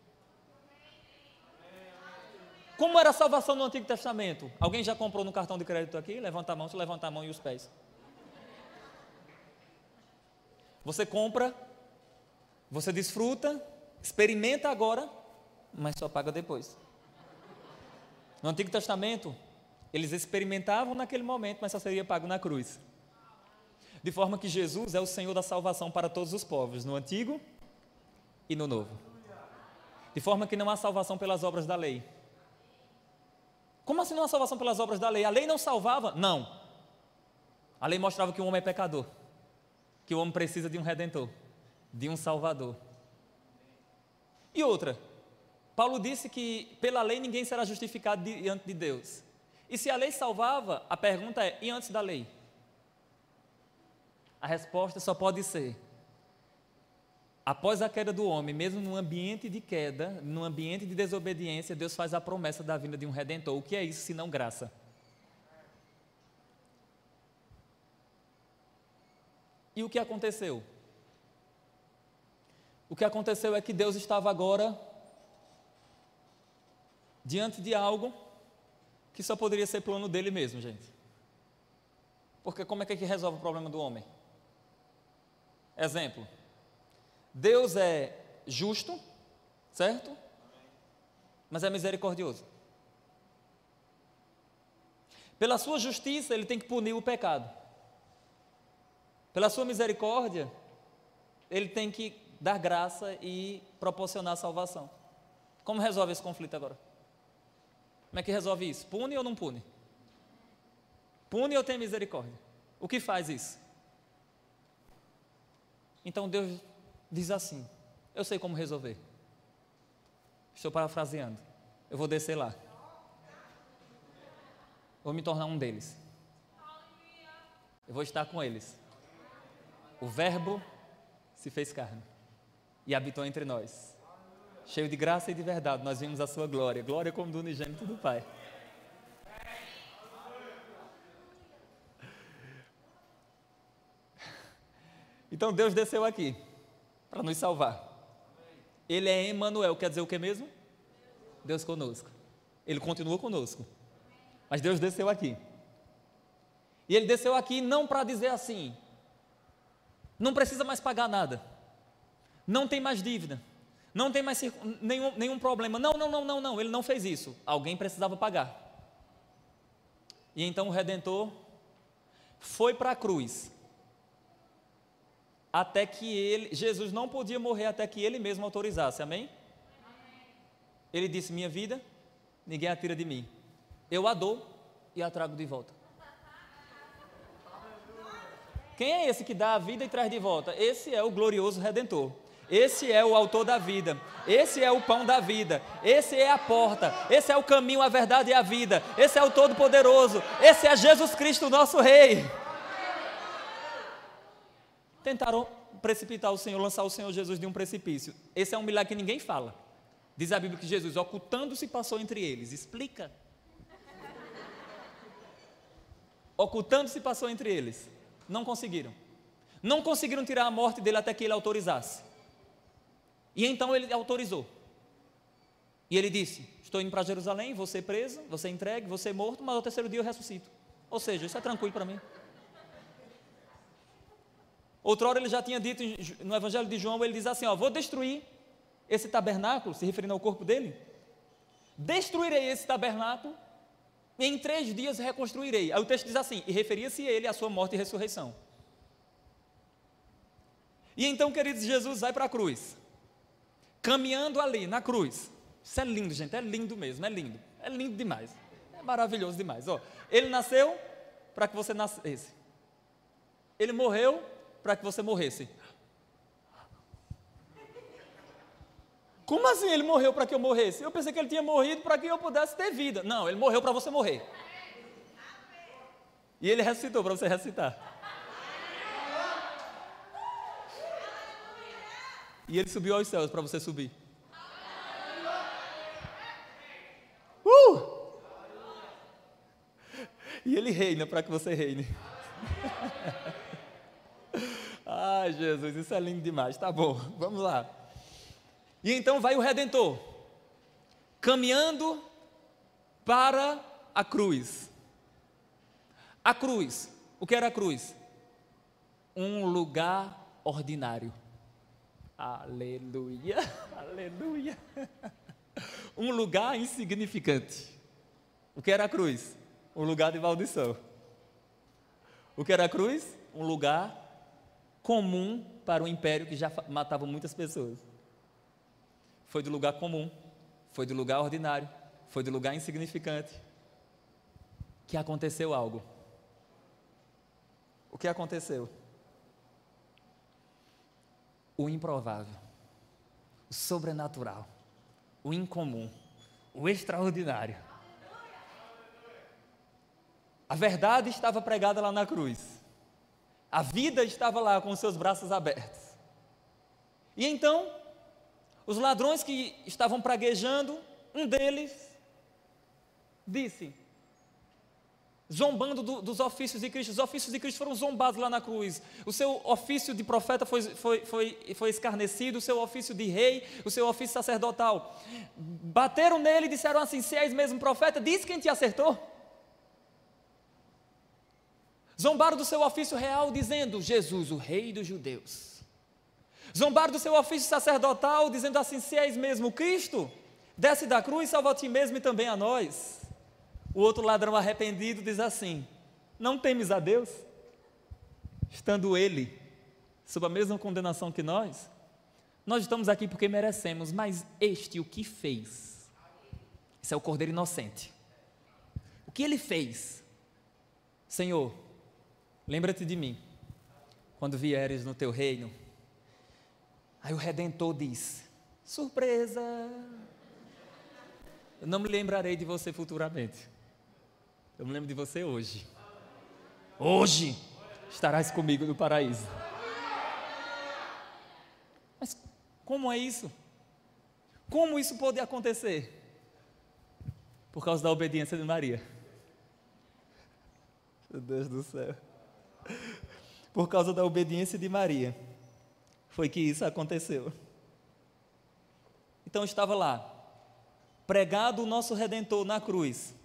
Como era a salvação no Antigo Testamento? Alguém já comprou no cartão de crédito aqui? Levanta a mão, se levanta a mão e os pés. Você compra, você desfruta, experimenta agora, mas só paga depois. No Antigo Testamento, eles experimentavam naquele momento, mas só seria pago na cruz. De forma que Jesus é o Senhor da salvação para todos os povos, no Antigo e no Novo. De forma que não há salvação pelas obras da lei. Como assim não há salvação pelas obras da lei? A lei não salvava? Não. A lei mostrava que o homem é pecador, que o homem precisa de um redentor, de um salvador. E outra, Paulo disse que pela lei ninguém será justificado diante de Deus. E se a lei salvava, a pergunta é, e antes da lei? A resposta só pode ser, após a queda do homem, mesmo num ambiente de queda, num ambiente de desobediência, Deus faz a promessa da vinda de um Redentor. O que é isso, senão graça? E o que aconteceu? O que aconteceu é que Deus estava agora diante de algo que só poderia ser plano dele mesmo, gente. Porque como é que resolve o problema do homem? Exemplo. Deus é justo, certo? Mas é misericordioso. Pela sua justiça, ele tem que punir o pecado. Pela sua misericórdia, ele tem que dar graça e proporcionar salvação. Como resolve esse conflito agora? Como é que resolve isso? Pune ou não pune? Pune ou tem misericórdia? O que faz isso? Então Deus diz assim, eu sei como resolver. Estou parafraseando. Eu vou descer lá. Vou me tornar um deles. Eu vou estar com eles. O Verbo se fez carne e habitou entre nós. Cheio de graça e de verdade, nós vimos a sua glória. Glória como do unigênito do Pai. Então Deus desceu aqui para nos salvar. Ele é Emmanuel, quer dizer o que mesmo? Deus conosco. Ele continua conosco. Mas Deus desceu aqui. E Ele desceu aqui não para dizer assim, não precisa mais pagar nada, não tem mais dívida, não tem mais nenhum, nenhum problema. Não, não, não, não, não, Ele não fez isso. Alguém precisava pagar. E então o Redentor foi para a cruz, até que ele, Jesus não podia morrer até que Ele mesmo autorizasse, amém? Ele disse, minha vida, ninguém a tira de mim, eu a dou e a trago de volta. Quem é esse que dá a vida e traz de volta? Esse é o glorioso Redentor. Esse é o autor da vida. Esse é o pão da vida. Esse é a porta. Esse é o caminho, a verdade e a vida. Esse é o Todo-Poderoso. Esse é Jesus Cristo, nosso Rei. Tentaram precipitar o Senhor, lançar o Senhor Jesus de um precipício. Esse é um milagre que ninguém fala. Diz a Bíblia que Jesus, ocultando-se, passou entre eles. Explica. ocultando se passou entre eles. Não conseguiram. Não conseguiram tirar a morte dele até que ele autorizasse. E então ele autorizou. E ele disse: estou indo para Jerusalém, vou ser preso, vou ser entregue, vou ser morto, mas ao terceiro dia eu ressuscito. Ou seja, isso é tranquilo para mim. Outrora ele já tinha dito no Evangelho de João, ele diz assim, ó, vou destruir esse tabernáculo, se referindo ao corpo dele, destruirei esse tabernáculo, e em três dias reconstruirei. Aí o texto diz assim, e referia-se ele à sua morte e ressurreição. E então, queridos, Jesus vai para a cruz, caminhando ali na cruz. Isso é lindo, gente, é lindo mesmo, é lindo, é lindo demais, é maravilhoso demais. Ó, ele nasceu para que você nascesse, ele morreu para que você morresse. Como assim ele morreu para que eu morresse? Eu pensei que ele tinha morrido para que eu pudesse ter vida. Não, ele morreu para você morrer. E ele ressuscitou para você ressuscitar. E ele subiu aos céus para você subir. Uh! E ele reina para que você reine. Ai, Jesus, isso é lindo demais. Tá bom, vamos lá. E então vai o Redentor, caminhando para a cruz. A cruz, o que era a cruz? Um lugar ordinário. Aleluia, aleluia. Um lugar insignificante. O que era a cruz? Um lugar de maldição. O que era a cruz? Um lugar comum para o império que já matava muitas pessoas. Foi do lugar comum, foi do lugar ordinário, foi do lugar insignificante que aconteceu algo. O que aconteceu? O improvável, o sobrenatural, o incomum, o extraordinário. A verdade estava pregada lá na cruz. A vida estava lá com os seus braços abertos. E então, os ladrões que estavam praguejando, um deles disse, zombando do, dos ofícios de Cristo, os ofícios de Cristo foram zombados lá na cruz, o seu ofício de profeta foi, foi, foi, foi escarnecido, o seu ofício de rei, o seu ofício sacerdotal, bateram nele e disseram assim, se és mesmo profeta, diz quem te acertou. Zombaram do seu ofício real, dizendo, Jesus, o rei dos judeus. Zombaram do seu ofício sacerdotal, dizendo assim, se és mesmo Cristo, desce da cruz, salva a ti mesmo e também a nós. O outro ladrão arrependido diz assim, não temes a Deus? Estando ele sob a mesma condenação que nós, nós estamos aqui porque merecemos, mas este o que fez? Esse é o Cordeiro inocente. O que ele fez? Senhor, lembra-te de mim, quando vieres no teu reino. Aí o Redentor diz, surpresa, eu não me lembrarei de você futuramente, eu me lembro de você hoje. Hoje estarás comigo no paraíso. Mas como é isso? Como isso pode acontecer? Por causa da obediência de Maria. Meu Deus do céu. Por causa da obediência de Maria, foi que isso aconteceu. Então estava lá, pregado o nosso Redentor na cruz,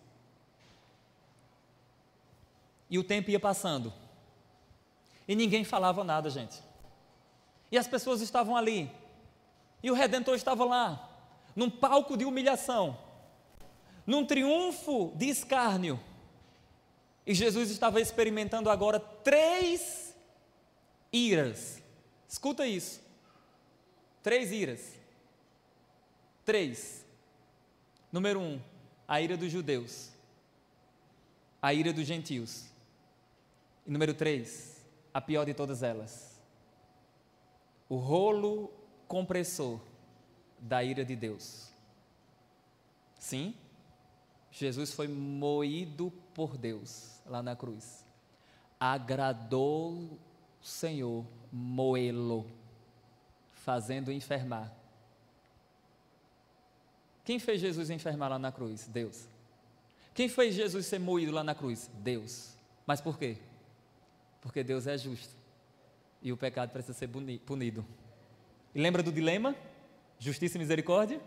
e o tempo ia passando, e ninguém falava nada, gente, e as pessoas estavam ali, e o Redentor estava lá, num palco de humilhação, num triunfo de escárnio, e Jesus estava experimentando agora três iras. Escuta isso. Três iras. Três. Número um, a ira dos judeus. A ira dos gentios. E número três, a pior de todas elas. O rolo compressor da ira de Deus. Sim, Jesus foi moído por Deus lá na cruz. Agradou o Senhor moê-lo, fazendo enfermar. Quem fez Jesus enfermar lá na cruz? Deus. Quem fez Jesus ser moído lá na cruz? Deus. Mas por quê? Porque Deus é justo e o pecado precisa ser punido. E lembra do dilema? Justiça e misericórdia?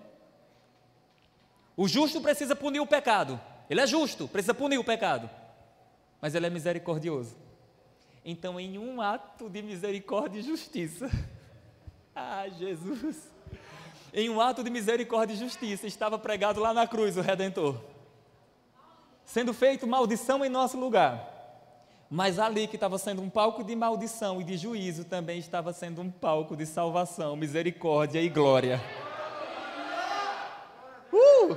O justo precisa punir o pecado. Ele é justo, precisa punir o pecado. Mas ele é misericordioso. Então, em um ato de misericórdia e justiça, ah, Jesus, em um ato de misericórdia e justiça, estava pregado lá na cruz o Redentor, sendo feito maldição em nosso lugar. Mas ali que estava sendo um palco de maldição e de juízo, também estava sendo um palco de salvação, misericórdia e glória. Uh!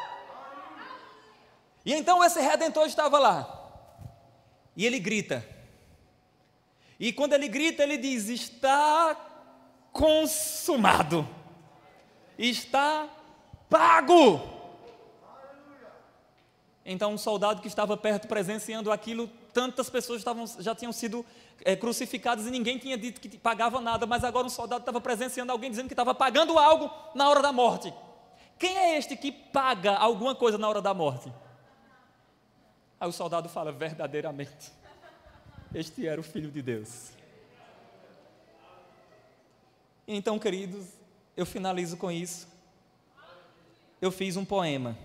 E então esse Redentor estava lá, e ele grita, e quando ele grita, ele diz: está consumado, está pago. Então um soldado que estava perto presenciando aquilo, tantas pessoas estavam, já tinham sido é, crucificadas e ninguém tinha dito que pagava nada, mas agora um soldado estava presenciando alguém dizendo que estava pagando algo na hora da morte. Quem é este que paga alguma coisa na hora da morte? Aí o soldado fala: verdadeiramente, este era o Filho de Deus. Então, queridos, eu finalizo com isso. Eu fiz um poema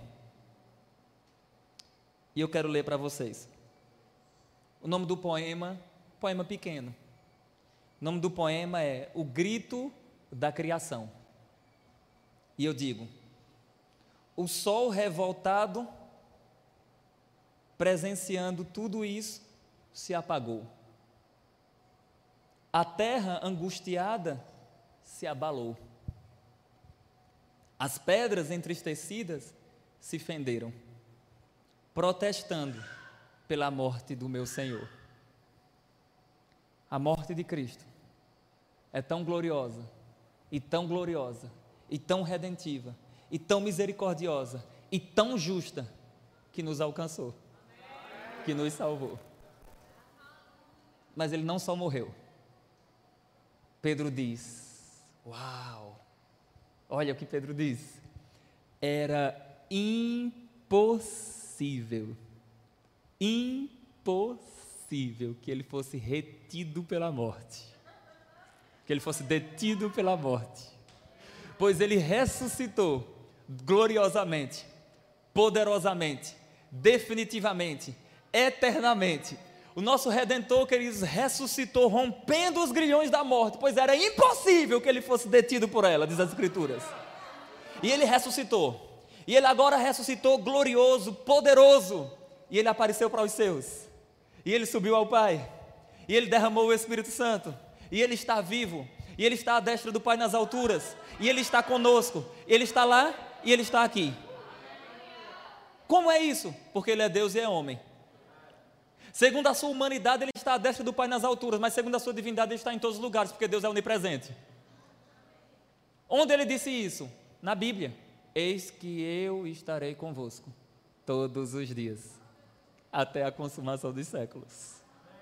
e eu quero ler para vocês. O nome do poema, poema pequeno. O nome do poema é O Grito da Criação. E eu digo: o sol revoltado, presenciando tudo isso, se apagou. A terra angustiada se abalou. As pedras entristecidas se fenderam, protestando pela morte do meu Senhor. A morte de Cristo é tão gloriosa, e tão gloriosa, e tão redentiva, e tão misericordiosa, e tão justa, que nos alcançou, que nos salvou. Mas ele não só morreu. Pedro diz: uau! Olha o que Pedro diz: era impossível, impossível que ele fosse retido pela morte, que ele fosse detido pela morte, pois ele ressuscitou gloriosamente, poderosamente, definitivamente, eternamente. O nosso Redentor, queridos, ressuscitou rompendo os grilhões da morte, pois era impossível que ele fosse detido por ela, diz as Escrituras. E ele ressuscitou, e ele agora ressuscitou glorioso, poderoso, e ele apareceu para os seus, e ele subiu ao Pai, e ele derramou o Espírito Santo, e ele está vivo, e ele está à destra do Pai nas alturas, e ele está conosco, ele está lá e ele está aqui. Como é isso? Porque ele é Deus e é homem. Segundo a sua humanidade, ele está à destra do Pai nas alturas, mas segundo a sua divindade, ele está em todos os lugares, porque Deus é onipresente. Onde ele disse isso? Na Bíblia: eis que eu estarei convosco todos os dias, até a consumação dos séculos.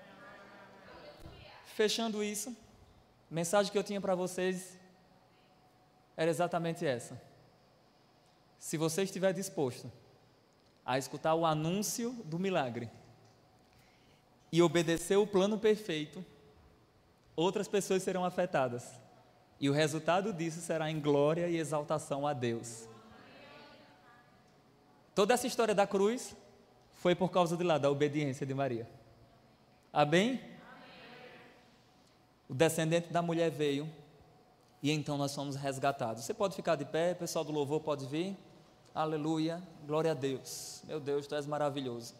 Fechando isso, a mensagem que eu tinha para vocês era exatamente essa. Se você estiver disposto a escutar o anúncio do milagre e obedecer o plano perfeito, outras pessoas serão afetadas, e o resultado disso será em glória e exaltação a Deus. Toda essa história da cruz foi por causa de lá, da obediência de Maria. Amém? O descendente da mulher veio, e então nós fomos resgatados. Você pode ficar de pé, o pessoal do louvor pode vir. Aleluia, glória a Deus. Meu Deus, Tu és maravilhoso.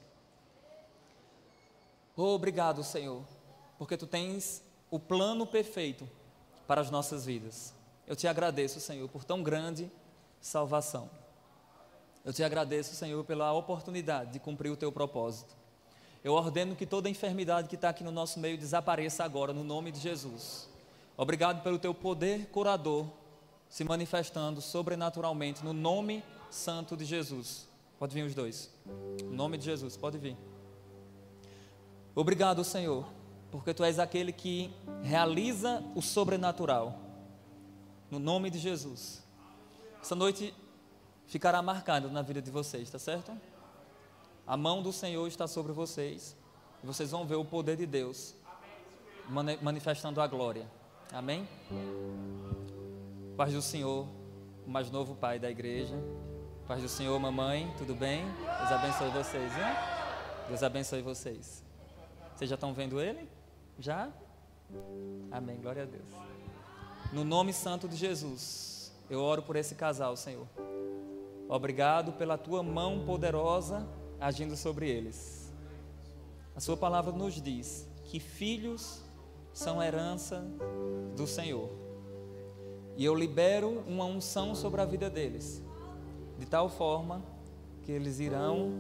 Oh, obrigado, Senhor, porque Tu tens o plano perfeito para as nossas vidas. Eu Te agradeço, Senhor, por tão grande salvação. Eu Te agradeço, Senhor, pela oportunidade de cumprir o Teu propósito. Eu ordeno que toda enfermidade que está aqui no nosso meio desapareça agora, no nome de Jesus. Obrigado pelo Teu poder curador se manifestando sobrenaturalmente, no nome santo de Jesus. Pode vir os dois. No nome de Jesus, pode vir. Obrigado, Senhor, porque Tu és aquele que realiza o sobrenatural. No nome de Jesus. Essa noite ficará marcada na vida de vocês, tá certo? A mão do Senhor está sobre vocês. E vocês vão ver o poder de Deus manifestando a glória. Amém? Paz do Senhor, o mais novo pai da igreja. Paz do Senhor, mamãe, tudo bem? Deus abençoe vocês, hein? Deus abençoe vocês. Vocês já estão vendo ele? Já? Amém, glória a Deus. No nome santo de Jesus, eu oro por esse casal, Senhor. Obrigado pela tua mão poderosa agindo sobre eles. A sua palavra nos diz que filhos são herança do Senhor. E eu libero uma unção sobre a vida deles, de tal forma que eles irão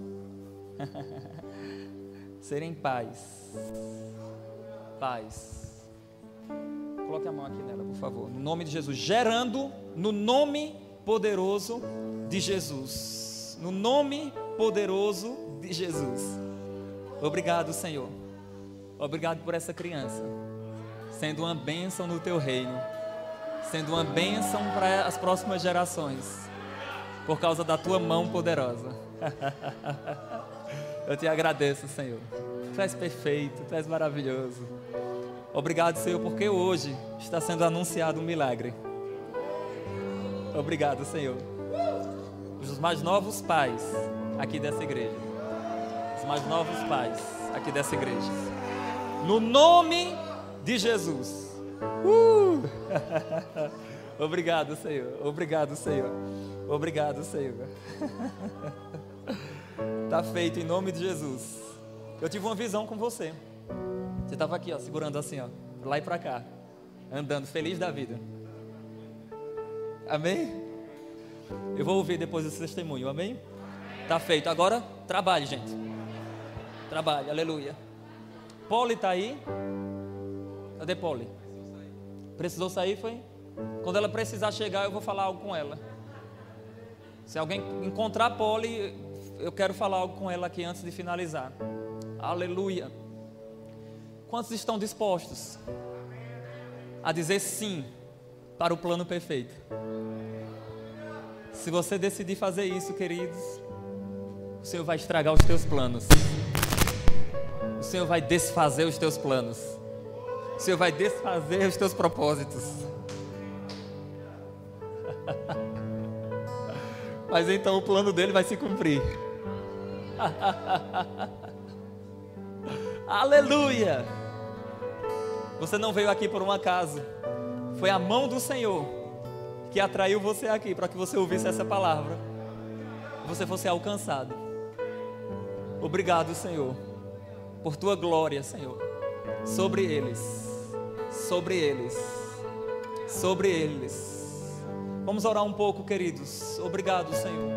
serem pais. Pais. Coloque a mão aqui nela, por favor. No nome de Jesus. Gerando no nome poderoso de Jesus. No nome poderoso de Jesus. Obrigado, Senhor. Obrigado por essa criança, sendo uma bênção no teu reino, sendo uma bênção para as próximas gerações, por causa da tua mão poderosa. Eu te agradeço, Senhor. Tu és perfeito, tu és maravilhoso. Obrigado, Senhor, porque hoje está sendo anunciado um milagre. Obrigado, Senhor. Os mais novos pais aqui dessa igreja, os mais novos pais aqui dessa igreja, no nome de Jesus. Uh! Obrigado, Senhor. Obrigado, Senhor. Obrigado, Senhor. Está feito em nome de Jesus. Eu tive uma visão com você. Você estava aqui, ó, segurando assim, ó, lá e para cá, andando feliz da vida. Amém? Eu vou ouvir depois esse testemunho, amém? Tá feito. Agora, trabalhe, gente. Trabalhe, aleluia. Polly está aí? Cadê Polly? Precisou sair, foi? Quando ela precisar chegar, eu vou falar algo com ela. Se alguém encontrar Polly, eu quero falar algo com ela aqui antes de finalizar. Aleluia. Quantos estão dispostos a dizer sim para o plano perfeito? Se você decidir fazer isso, queridos, o Senhor vai estragar os teus planos. O Senhor vai desfazer os teus planos. O Senhor vai desfazer os teus propósitos. Mas então o plano dele vai se cumprir. Aleluia! Você não veio aqui por um acaso. Foi a mão do Senhor que atraiu você aqui para que você ouvisse essa palavra e você fosse alcançado. Obrigado, Senhor, por tua glória, Senhor, sobre eles, sobre eles, sobre eles. Vamos orar um pouco, queridos. Obrigado, Senhor.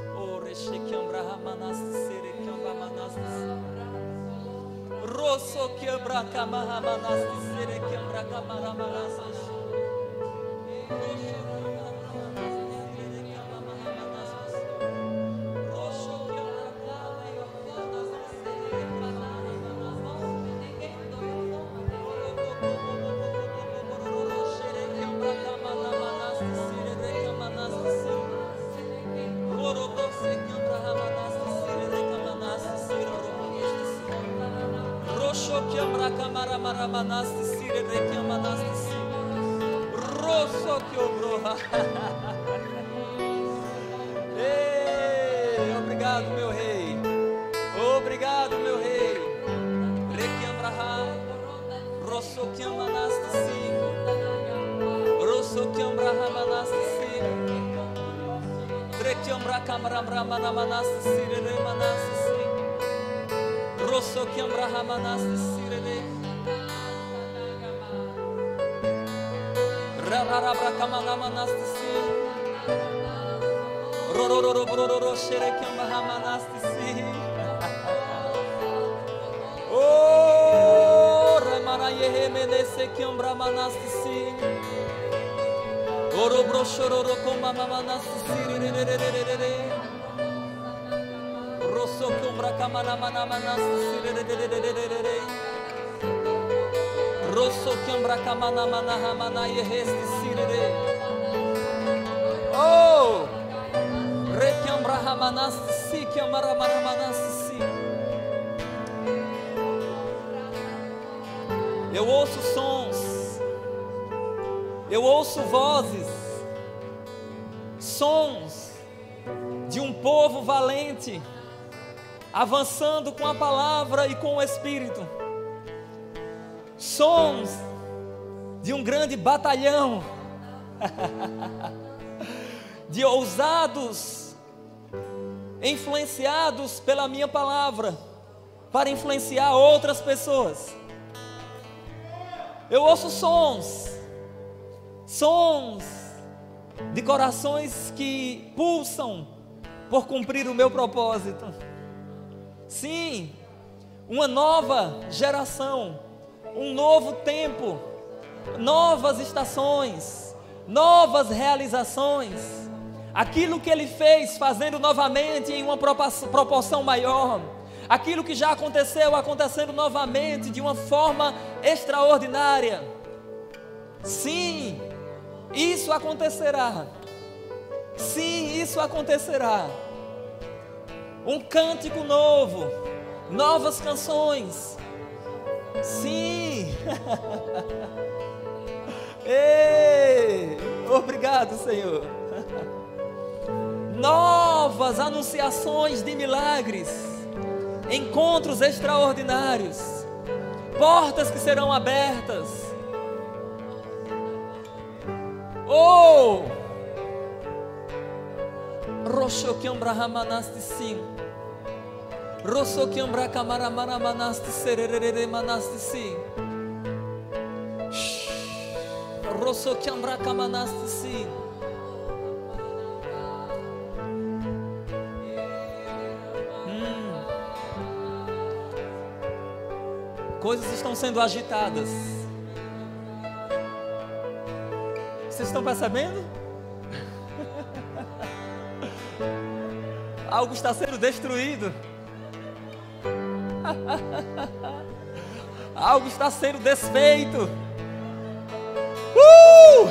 Rosso quebra camaramanas de sere quebra camaramanas. Ei, obrigado, meu rei. Obrigado, meu rei. Rosso que amanaste, rosso que ambrahamanaste, trequiambra camarambramanamanaste, sirere manaste, rosso que ambrahamanaste, sirere. Rarabra kamanamanaste, rororo brororo sherekamahamaste. Oh, ramana yehemedese kiambramanaste. Oro broshororo komamamanaste. Rosso kiambra kamanamanaste. Rosso kiambra kamana mana hamana yehesti sirere. Oh, rekiambra hamanas si kiambra maramanas si. ouço vozes, sons de um povo valente, avançando com a palavra e com o Espírito. Sons de um grande batalhão de ousados, influenciados pela minha palavra, para influenciar outras pessoas. Eu ouço sons, sons de corações que pulsam por cumprir o meu propósito. Sim, uma nova geração, um novo tempo, novas estações, novas realizações. Aquilo que Ele fez, fazendo novamente em uma proporção maior. Aquilo que já aconteceu, acontecendo novamente de uma forma extraordinária. Sim, isso acontecerá. Sim, isso acontecerá. Um cântico novo, novas canções. Sim. Ei, obrigado, Senhor. Novas anunciações de milagres, encontros extraordinários, portas que serão abertas. Oh! Roxoquiam brahamanasti sim. Roxoquiam bracamaramanamanaste sererere manasti sim. Roxoquiam bracamanasti sim. Coisas estão sendo agitadas. Vocês estão percebendo? Algo está sendo destruído. Algo está sendo desfeito. Uh!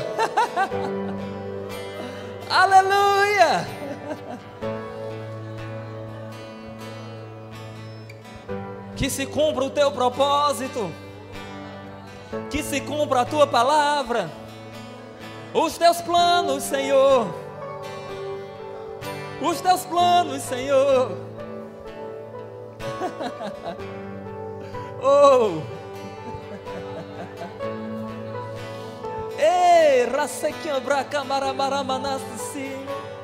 Aleluia! Que se cumpra o teu propósito, que se cumpra a tua palavra, os teus planos, Senhor, os teus planos, Senhor. Oh, ei, rasequinha bracamaramaramanasse sim.